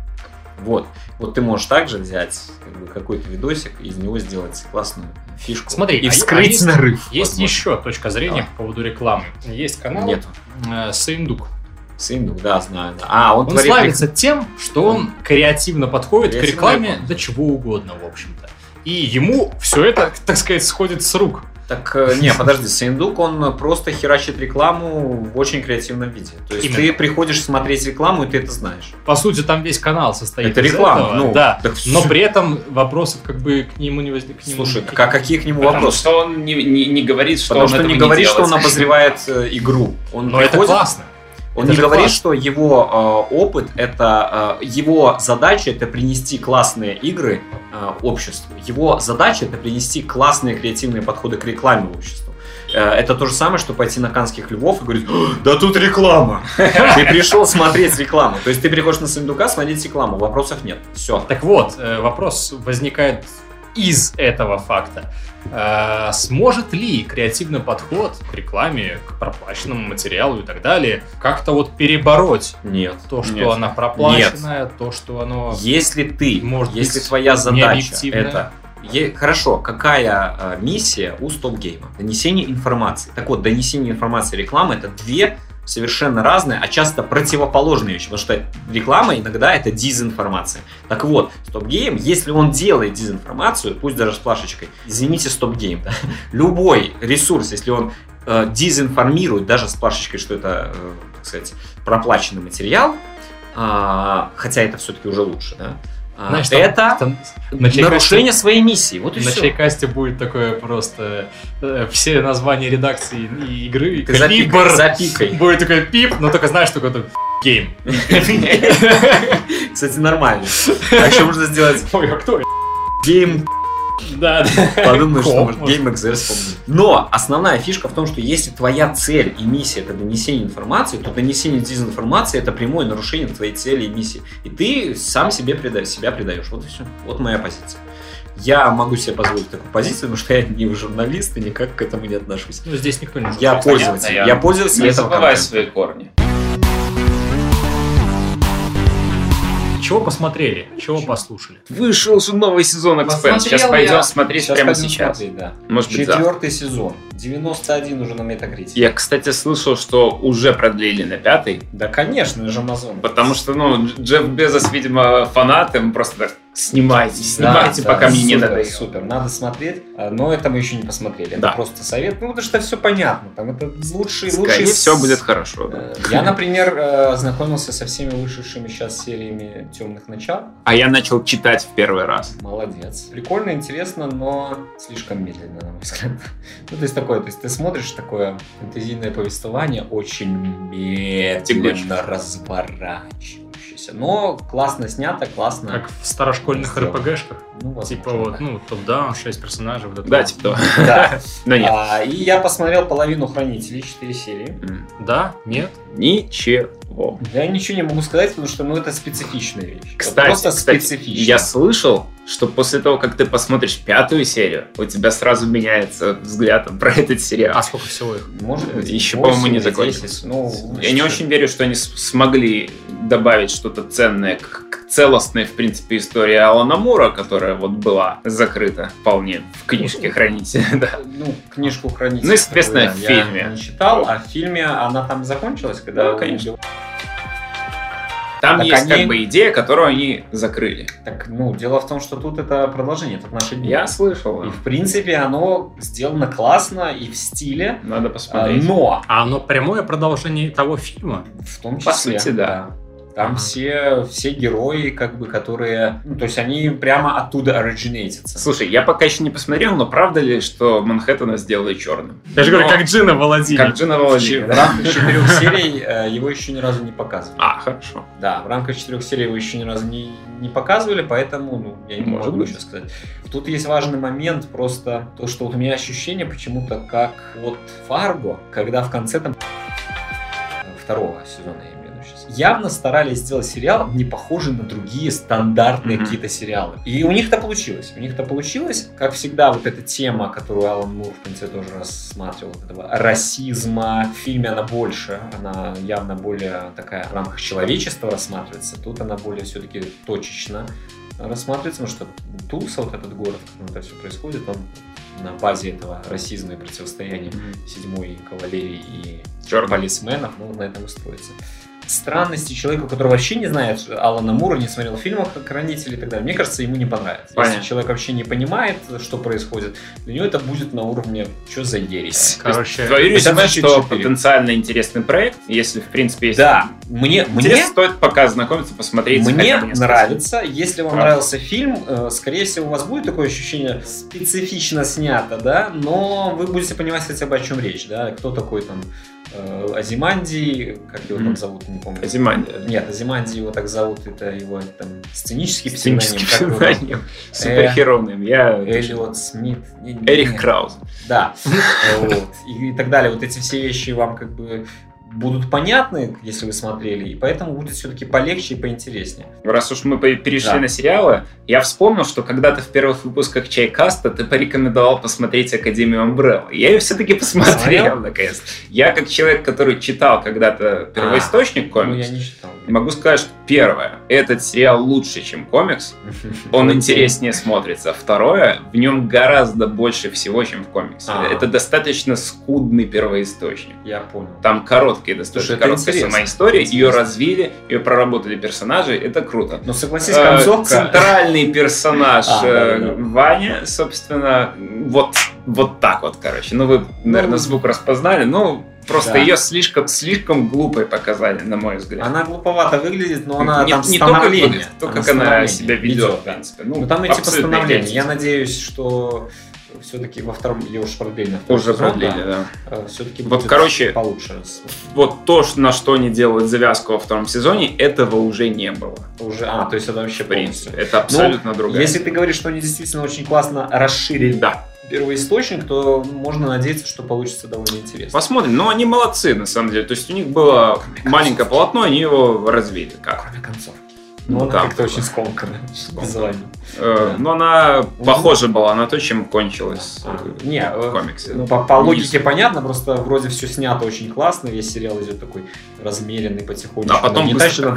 Вот ты можешь также взять какой-то видосик и из него сделать классную фишку. Смотри, и вскрыть нарыв. Есть еще точка зрения по поводу рекламы. Есть канал Нету. Сыендук. Сыендук, да, знаю. Да. Он славится тем, что он креативно подходит к рекламе до чего угодно, в общем-то. И ему все это, так сказать, сходит с рук. Так, не, подожди, Сыендук, он просто херачит рекламу в очень креативном виде. То есть ты приходишь смотреть рекламу, и ты это знаешь. По сути, там весь канал состоит это из реклама, этого. Да, но при этом вопросов к нему не возникает. Слушай, а какие к нему вопросы? Потому что он не говорит, что он этого не говорит, что он обозревает игру. Но это классно. Он не говорит, что его опыт, это его задача это принести классные игры обществу. Его задача это принести классные креативные подходы к рекламе обществу. Это то же самое, что пойти на Каннских львов и говорить: да тут реклама. Ты пришел смотреть рекламу. То есть ты приходишь на Сыендука смотреть рекламу, вопросов нет. Все. Так вот, вопрос возникает из этого факта. Сможет ли креативный подход к рекламе, к проплаченному материалу и так далее как-то вот перебороть то, что она проплаченная, то, что оно... Если твоя задача это... Хорошо, какая миссия у стоп-гейма? Донесение информации. Так вот, донесение информации и реклама это две совершенно разные, а часто противоположные вещи, потому что реклама иногда это дезинформация. Так вот, стоп-гейм, если он делает дезинформацию, пусть даже с плашечкой, извините, стоп-гейм, да? Любой ресурс, если он дезинформирует, даже с плашечкой, что это, так сказать, проплаченный материал, хотя это все-таки уже лучше, да? Знаешь, это нарушение своей миссии. Вот и на все. чайкасте будет такое просто все названия редакции и игры. Запикай. Будет такой пип, но только знаешь, что это гейм. Кстати, нормально. А еще можно сделать... Ой, а кто? Гейм... Да. Подумай, что может Game XR вспомнить. Но основная фишка в том, что если твоя цель и миссия это донесение информации, то донесение дезинформации это прямое нарушение твоей цели и миссии. И ты сам себя предаешь. Вот и все. Вот моя позиция. Я могу себе позволить такую позицию, потому что я не журналист и никак к этому не отношусь. Ну, здесь никто не Я пользователь. Я пользователь не этого забывай свои корни. Чего посмотрели? Чего послушали? Вышел же новый сезон Expanse. Сейчас пойдем смотреть прямо сейчас. Да. Может быть, 4-й сезон. 91 уже на Metacritic. Я, кстати, слышал, что уже продлили на 5-й. Да, конечно, это же Amazon. Потому что, Джефф Безос, видимо, фанат, ему просто так снимайте, пока мне не надоело. Супер, надо смотреть, но это мы еще не посмотрели. Это просто совет, потому что все понятно. Там это лучший. Скорее все будет хорошо. Я, например, знакомился со всеми вышедшими сейчас сериями «Темных начал». А я начал читать в первый раз. Молодец. Прикольно, интересно, но слишком медленно, на мой взгляд. То есть ты смотришь такое фэнтезийное повествование, очень медленно разворачивающееся. Но классно снято, классно. Как в старошкольных РПГшках. Типа топ-даун, 6 персонажей. Да, типа того. Да. Но нет. И я посмотрел половину «Хранителей», 4 серии. Да? Нет? Ничего. Я ничего не могу сказать, потому что это специфичная вещь. Кстати, я слышал, что после того, как ты посмотришь 5-ю серию, у тебя сразу меняется взгляд про этот сериал. А сколько всего их? Может быть, еще, по-моему, не закончилось. Я не очень верю, что они смогли добавить что-то ценное к целостной, в принципе, истории Алана Мура, которая была закрыта вполне в книжке «Хранитель». Книжку «Хранитель». Естественно, в фильме. Я не читал, а в фильме она там закончилась, когда... Да, конечно. Там есть идея, которую они закрыли. Так, дело в том, что тут это продолжение, тут наши дни. Я слышал. И в принципе оно сделано классно и в стиле. Надо посмотреть. Но... А оно прямое продолжение того фильма? В том числе. По сути, да. Там все герои, которые... то есть они прямо оттуда оригинейтятся. Слушай, я пока еще не посмотрел, но правда ли, что Манхэттена сделали черным? Я же говорю, как Джина Володимир. Как Джина Володимир. В рамках 4 серий его еще ни разу не показывали. Хорошо. Да, в рамках 4 серий его еще ни разу не показывали, поэтому я не могу ничего сказать. Тут есть важный момент, просто то, что у меня ощущение почему-то как от Фарго, когда в конце второго сезона, сейчас. Явно старались сделать сериал не похожий на другие стандартные какие-то сериалы. И у них это получилось. Как всегда, вот эта тема, которую Алан Мур в конце тоже рассматривал, этого расизма. В фильме она больше, она явно более такая в рамках человечества рассматривается. Тут она более все-таки точечно рассматривается, потому что Тулса, вот этот город, в котором это все происходит, он на базе этого расизма и противостояния 7-й кавалерии и полисменов, на этом и строится. Странности человека, который вообще не знает Алана Мура, не смотрел фильмов «Хранители» и так далее, мне кажется, ему не понравится. Понятно. Если человек вообще не понимает, что происходит, для него это будет на уровне «что за ересь?». Короче, твое резюме, что потенциально интересный проект, если, в принципе, есть... Да, мне стоит пока ознакомиться, посмотреть. Мне нравится. Если вам нравился фильм, скорее всего, у вас будет такое ощущение специфично снято, да, но вы будете понимать хотя бы, о чем речь, да, кто такой там Азиманди, как его там зовут, не помню. Азиманди. Нет, Азиманди его так зовут, это его там сценический псевдоним. Суперхеровным. Эллиот Смит. Эрих Крауз. Да. И так далее. Вот эти все вещи вам как бы будут понятны, если вы смотрели, и поэтому будет все-таки полегче и поинтереснее. Раз уж мы перешли на сериалы, я вспомнил, что когда-то в первых выпусках Чайкаста ты порекомендовал посмотреть Академию Амбрелла. Я ее все-таки посмотрел, наконец. Я, как человек, который читал когда-то первоисточник комикс, я не читал. Могу сказать, что первое, этот сериал лучше, чем комикс. Он интереснее смотрится. Второе, в нем гораздо больше всего, чем в комиксе. Это достаточно скудный первоисточник. Я понял. Там достаточно короткая сама история, ее развили, ее проработали персонажи, это круто. Но согласись, концовка... Центральный персонаж Ваня, собственно, вот так вот, короче. Ну, вы, наверное, звук распознали, просто ее слишком глупой показали, на мой взгляд. Она глуповато выглядит, но она там не становление. То, как она себя ведет, в принципе. Ну, там эти постановления. Я надеюсь, что все-таки во втором, ее уж продлили. Уже продлили, да. Все-таки вот, будет получше. Вот то, на что они делают завязку во втором сезоне, этого уже не было. То есть это вообще полностью. Это абсолютно другая. Если ты говоришь, что они действительно очень классно расширили первоисточник, то можно надеяться, что получится довольно интересно. Посмотрим. Но они молодцы, на самом деле. То есть у них было маленькое полотно, они его развили. Кроме концовки. Она как-то очень скомканная. Но она похожа была на то, чем кончилась в комиксе. По логике понятно, просто вроде все снято очень классно, весь сериал идет такой размеренный, потихонечку. А потом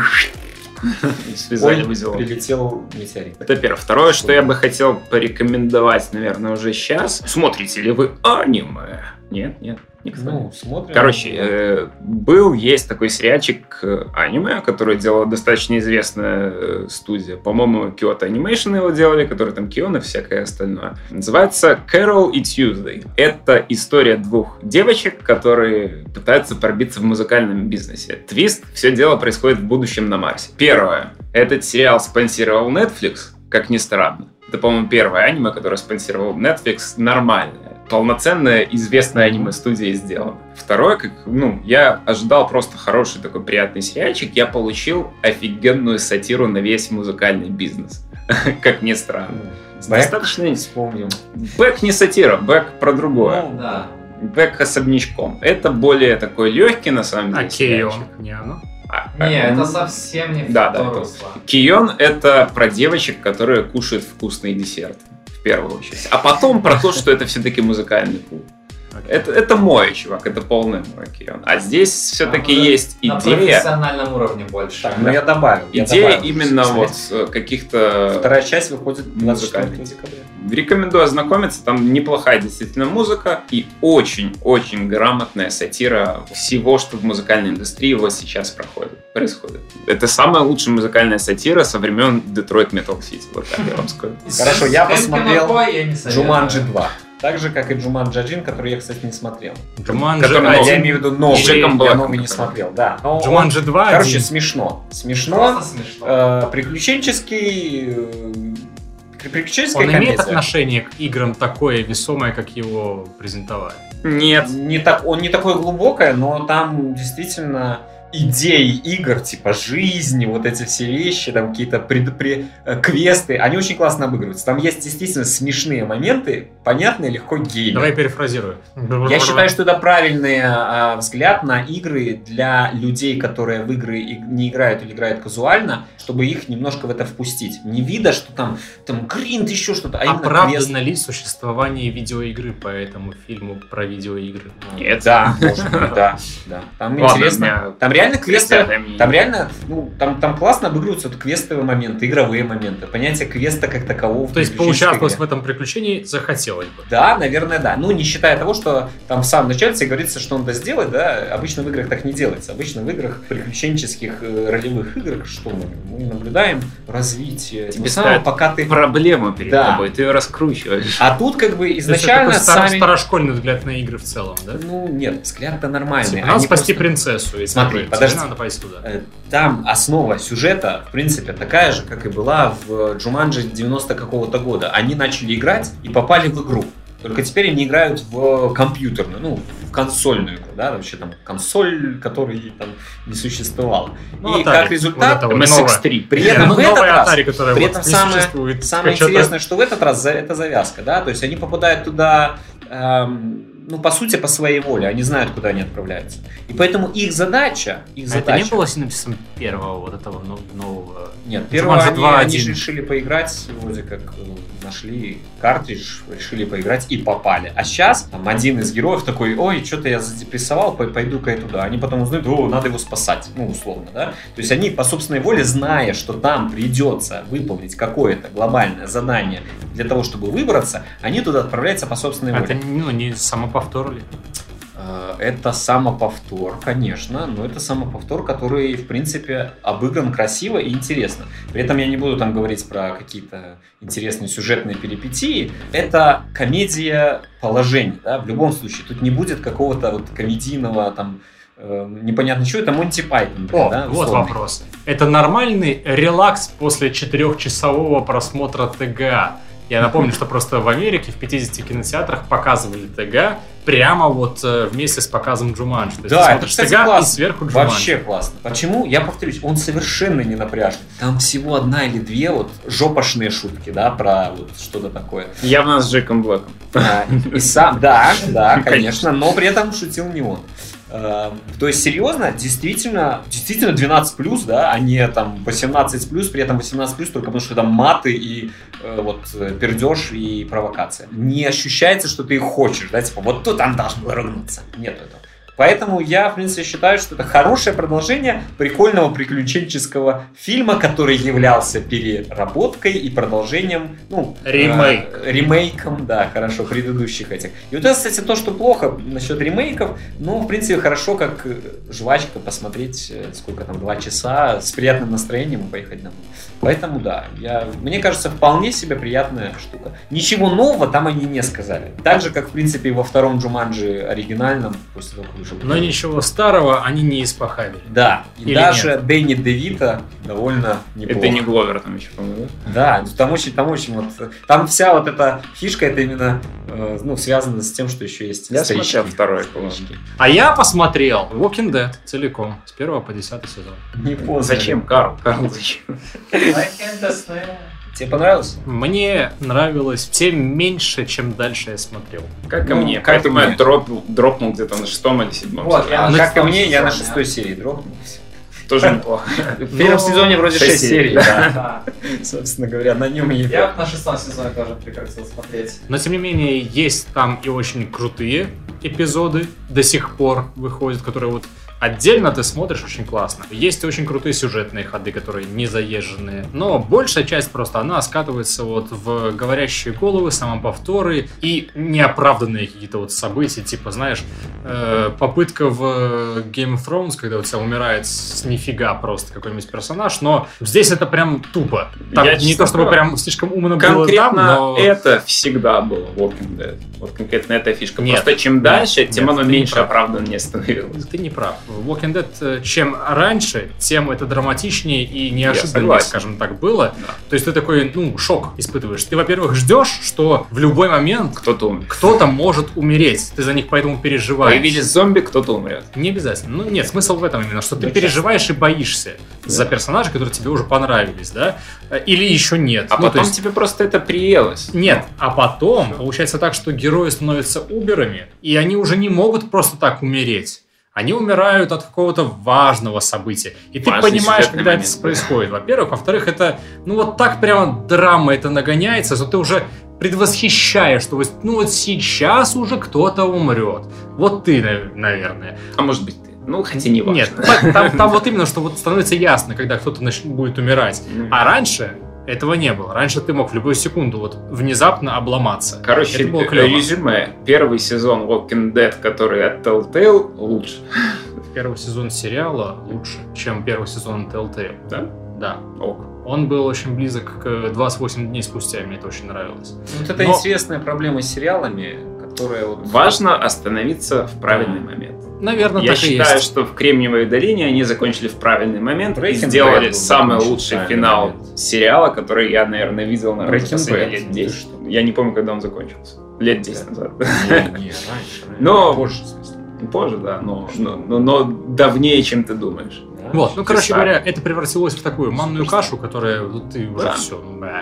связали узел. Прилетел метеорит. Это первое. Второе, что я бы хотел порекомендовать, наверное, уже сейчас. Смотрите ли вы аниме? Нет. Смотрим. Короче, есть такой сериальчик аниме, который делала достаточно известная студия. По-моему, Kyoto Animation его делали, который там Кион и всякое остальное. Называется Carol и Tuesday. Это история двух девочек, которые пытаются пробиться в музыкальном бизнесе. Твист, все дело происходит в будущем на Марсе. Первое. Этот сериал спонсировал Netflix, как ни странно. Это, по-моему, первое аниме, которое спонсировал Netflix, нормальное. Полноценная, известная аниме-студия сделана. Второе, я ожидал просто хороший такой приятный сериальчик, я получил офигенную сатиру на весь музыкальный бизнес. Как ни странно. Достаточно вспомним. Бэк не сатира, Бэк про другое. Бэк особнячком. Это более такой легкий, на самом деле. Кион, не оно? Это совсем не в русло. Кион — это про девочек, которые кушают вкусные десерты. В первую очередь. А потом про то, что это все-таки музыкальный клуб. Это мой, чувак, это полный мой Кион. А здесь все-таки есть идея... На профессиональном уровне больше. Так, я добавил. Идея именно каких-то... Вторая часть выходит 24 декабря. Рекомендую ознакомиться, там неплохая действительно музыка и очень-очень грамотная сатира всего, что в музыкальной индустрии вот сейчас происходит. Это самая лучшая музыкальная сатира со времен Detroit Metal City, вот так я вам скажу. Хорошо, я посмотрел Джуманджи 2. Так же, как и Джуманджи 1, который я, кстати, не смотрел. Джуманджи 1, я имею в виду новый, я новый не смотрел. Да. Джуманджи 2. Короче, смешно. Приключенческая Он комедия. имеет отношение к играм такое весомое, как его презентовали? Нет. Он не такое глубокое, но там действительно идеи игр, типа жизни, вот эти все вещи, там какие-то квесты, они очень классно обыгрываются. Там есть действительно смешные моменты, понятные, легко геймеру. Давай перефразирую. Я считаю, что это правильный взгляд на игры для людей, которые в игры не играют или играют казуально, чтобы их немножко в это впустить. Не видно, что там гринд, еще что-то, а именно оправдано ли существование видеоигры по этому фильму про видеоигры? Нет. Да, может быть, да. Там интересно. Там реально квесты, там классно обыгрываются квестовые моменты, игровые моменты. Понятие квеста как такового. То есть поучаствовать в этом приключении захотелось бы? Да, наверное, да. Ну, не считая того, что там в самом начале тебе говорится, что он это сделает, да, обычно в играх так не делается. Обычно в играх, приключенческих ролевых играх, что мы наблюдаем развитие. Тебе ставят пока ты проблему перед тобой, ты ее раскручиваешь. А тут как бы изначально это старошкольный взгляд на игры в целом, да? Ну, нет, взгляд-то нормальный. Надо спасти принцессу. Смотри, подожди. Надо пойти туда. Там основа сюжета, в принципе, такая же, как и была в Джуманджи 90 какого-то года. Они начали играть и попали в игру. Только теперь они играют в компьютерную, в консольную игру, да, вообще там консоль, которой там не существовала. Ну, и Atari, как результат MSX3. При этом в этот раз, при этом самое интересное, что в этот раз это завязка, да, то есть они попадают туда, по сути, по своей воле, они знают, куда они отправляются. И поэтому их задача... Это не было синопсисом первого вот этого нового... Нет, первого они решили поиграть, вроде как нашли картридж, решили поиграть и попали. А сейчас там один из героев такой: ой, что-то я задепрессовал, пойду-ка я туда. Они потом узнают: надо его спасать, условно, да. То есть они по собственной воле, зная, что там придется выполнить какое-то глобальное задание для того, чтобы выбраться, они туда отправляются по собственной воле. Это не самоповтор ли? Это самоповтор, конечно, но это самоповтор, который, в принципе, обыгран красиво и интересно. При этом я не буду там говорить про какие-то интересные сюжетные перипетии. Это комедия положений, да, в любом случае. Тут не будет какого-то комедийного там непонятно что, это Монти Пайтон. Вот вопрос. Это нормальный релакс после 4-часового просмотра ТГА? Я напомню, что просто в Америке в 50 кинотеатрах показывали ТГА прямо вместе с показом Джуманджи. То есть да, ты смотришь ТГА и сверху Джуманджи. Вообще классно. Почему? Я повторюсь, он совершенно не напряжен. Там всего одна или две жопошные шутки, да, про что-то такое. Явно с Джеком Блэком. Да, конечно, но при этом шутил не он. То есть, серьезно, действительно 12+, да, а не там 18+, при этом 18+, только потому что там маты и пердеж и провокация. Не ощущается, что ты их хочешь, да, типа, вот тут он должен был ругнуться. Нет этого. Поэтому я, в принципе, считаю, что это хорошее продолжение прикольного приключенческого фильма, который являлся переработкой и продолжением, ремейком, да, хорошо, предыдущих этих. И вот это, кстати, то, что плохо насчет ремейков, в принципе, хорошо, как жвачка, посмотреть, сколько там, 2 часа, с приятным настроением и поехать домой. Поэтому, да, мне кажется, вполне себе приятная штука. Ничего нового там они не сказали. Так же, как, в принципе, и во втором Джуманджи оригинальном, после того, как но ничего старого они не испохабили. Да, и даже нет? Дэнни Девито довольно неплохо. И Дэнни Гловер там еще, по-моему, да? Да, там очень там вся эта фишка, это именно связано с тем, что еще есть я смотрел второй, по-моему. А я посмотрел Walking Dead целиком, с 1 по 10 сезон. Не поздно. Зачем, Карл, зачем? Тебе понравилось? Мне нравилось тем меньше, чем дальше я смотрел. Как и мне. Как и мне. Дропнул где-то на 6-м или 7-м. Как и мне, я на 6-й серии дропнул. Тоже неплохо. В первом сезоне вроде 6 серий. Да. Собственно говоря, на нем и... Я на 6-м сезоне тоже прекратил смотреть. Но тем не менее, есть там и очень крутые эпизоды до сих пор выходят, которые отдельно ты смотришь, очень классно. Есть очень крутые сюжетные ходы, которые не заезженные. Но большая часть просто, она скатывается в говорящие головы, самоповторы и неоправданные какие-то события. Типа, знаешь, попытка в Game of Thrones, когда у тебя умирает с нифига просто какой-нибудь персонаж, но здесь это прям тупо. Там не то, чтобы прям слишком умно было там, но... это всегда было Walking Dead. Вот конкретно эта фишка. Нет, просто чем дальше, тем оно меньше оправданно не становилось. Ты не прав. Walking Dead, чем раньше, тем это драматичнее и неожиданнее, скажем так, было. Да. То есть ты такой, шок испытываешь. Ты, во-первых, ждешь, что в любой момент кто-то может умереть. Ты за них поэтому переживаешь. Появились зомби, кто-то умрет. Не обязательно. Нет, смысл в этом именно, что ты переживаешь и боишься за персонажей, которые тебе уже понравились, да? Или еще нет. А потом тебе просто это приелось. Нет, а потом получается так, что герои становятся уберами, и они уже не могут просто так умереть. Они умирают от какого-то важного события. И ты понимаешь, когда это происходит. Во-первых. Во-вторых, это, вот так прямо драма это нагоняется, что ты уже предвосхищаешь, что вот сейчас уже кто-то умрет. Вот ты, наверное. А может быть ты. Хотя не важно. Нет, там вот именно, что вот становится ясно, когда кто-то будет умирать. А раньше этого не было. Раньше ты мог в любую секунду внезапно обломаться. Короче, это было резюме. Первый сезон Walking Dead, который от Telltale, лучше. Первый сезон сериала лучше, чем первый сезон Telltale. Да? Да. Он был очень близок к 28 дней спустя, мне это очень нравилось. Это интересная проблема с сериалами, которая... Важно остановиться в правильный момент. Наверное, я так и есть. Я считаю, что в Кремниевой долине они закончили в правильный момент и сделали самый лучший финал сериала, который я, наверное, видел на лет 10. Я не помню, когда он закончился. Лет 10 назад. Не, раньше. Но позже, в смысле. Позже, да, но давнее, чем ты думаешь. Короче говоря, это превратилось в такую манную кашу, которая ты уже все.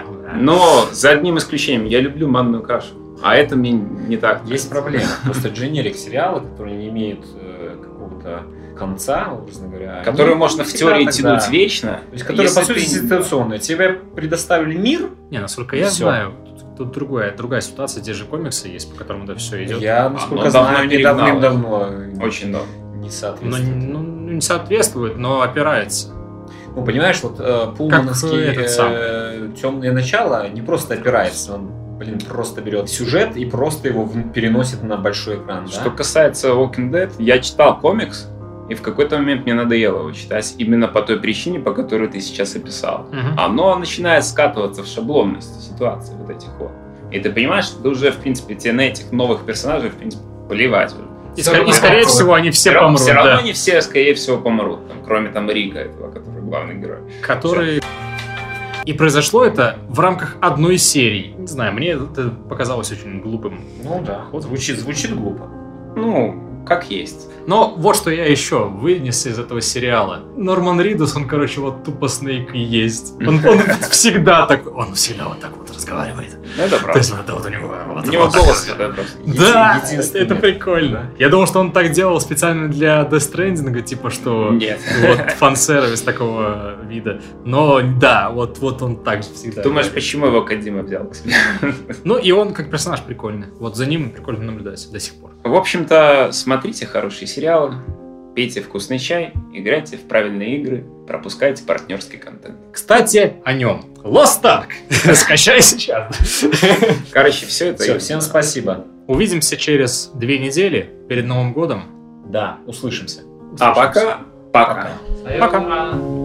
Но за одним исключением, я люблю манную кашу. А это мне не так. Есть проблема. Просто дженерик сериалы, которые не имеют какого-то конца, образно говоря. Которые можно в теории тянуть вечно. То есть, которые, по сути, ситуационные. Тебе предоставили мир. Насколько я знаю, тут другая ситуация. Те же комиксы есть, по которым это все идет. Я, насколько знаю, не давным-давно. Очень давно. Не соответствует. Не соответствует, но опирается. Понимаешь, пулмановский «Темное начало» не просто опирается, он просто берет сюжет и просто его переносит на большой экран. Что касается Walking Dead, я читал комикс, и в какой-то момент мне надоело его читать именно по той причине, по которой ты сейчас описал. Оно начинает скатываться в шаблонность ситуации вот этих вот. И ты понимаешь, что ты уже, в принципе, тебе на этих новых персонажей, в принципе, плевать уже. И скорее всего, они все помрут. Все равно они все, скорее всего, помрут. Кроме Рика, этого, который главный герой. Который... И произошло это в рамках одной серии. Не знаю, мне это показалось очень глупым. Звучит глупо. Как есть. Но вот что я еще вынес из этого сериала. Норман Ридус, он, тупо Снейк и есть. Он всегда так... Он всегда вот так вот разговаривает. Это правда. То есть у него... У него голос такой просто. Да, это прикольно. Я думал, что он так делал специально для Death Stranding, типа, что... Нет. Фан-сервис такого вида. Но да, вот он так же всегда. Думаешь, почему его Кодзима взял к себе? И он как персонаж прикольный. Вот за ним прикольно наблюдать до сих пор. В общем-то, смотрите хорошие сериалы, пейте вкусный чай, играйте в правильные игры, пропускайте партнерский контент. Кстати, о нем. Lost Ark. Скачай сейчас. Короче, все это. Все, всем спасибо. Увидимся через 2 недели перед Новым годом. Да, услышимся. А пока. Пока.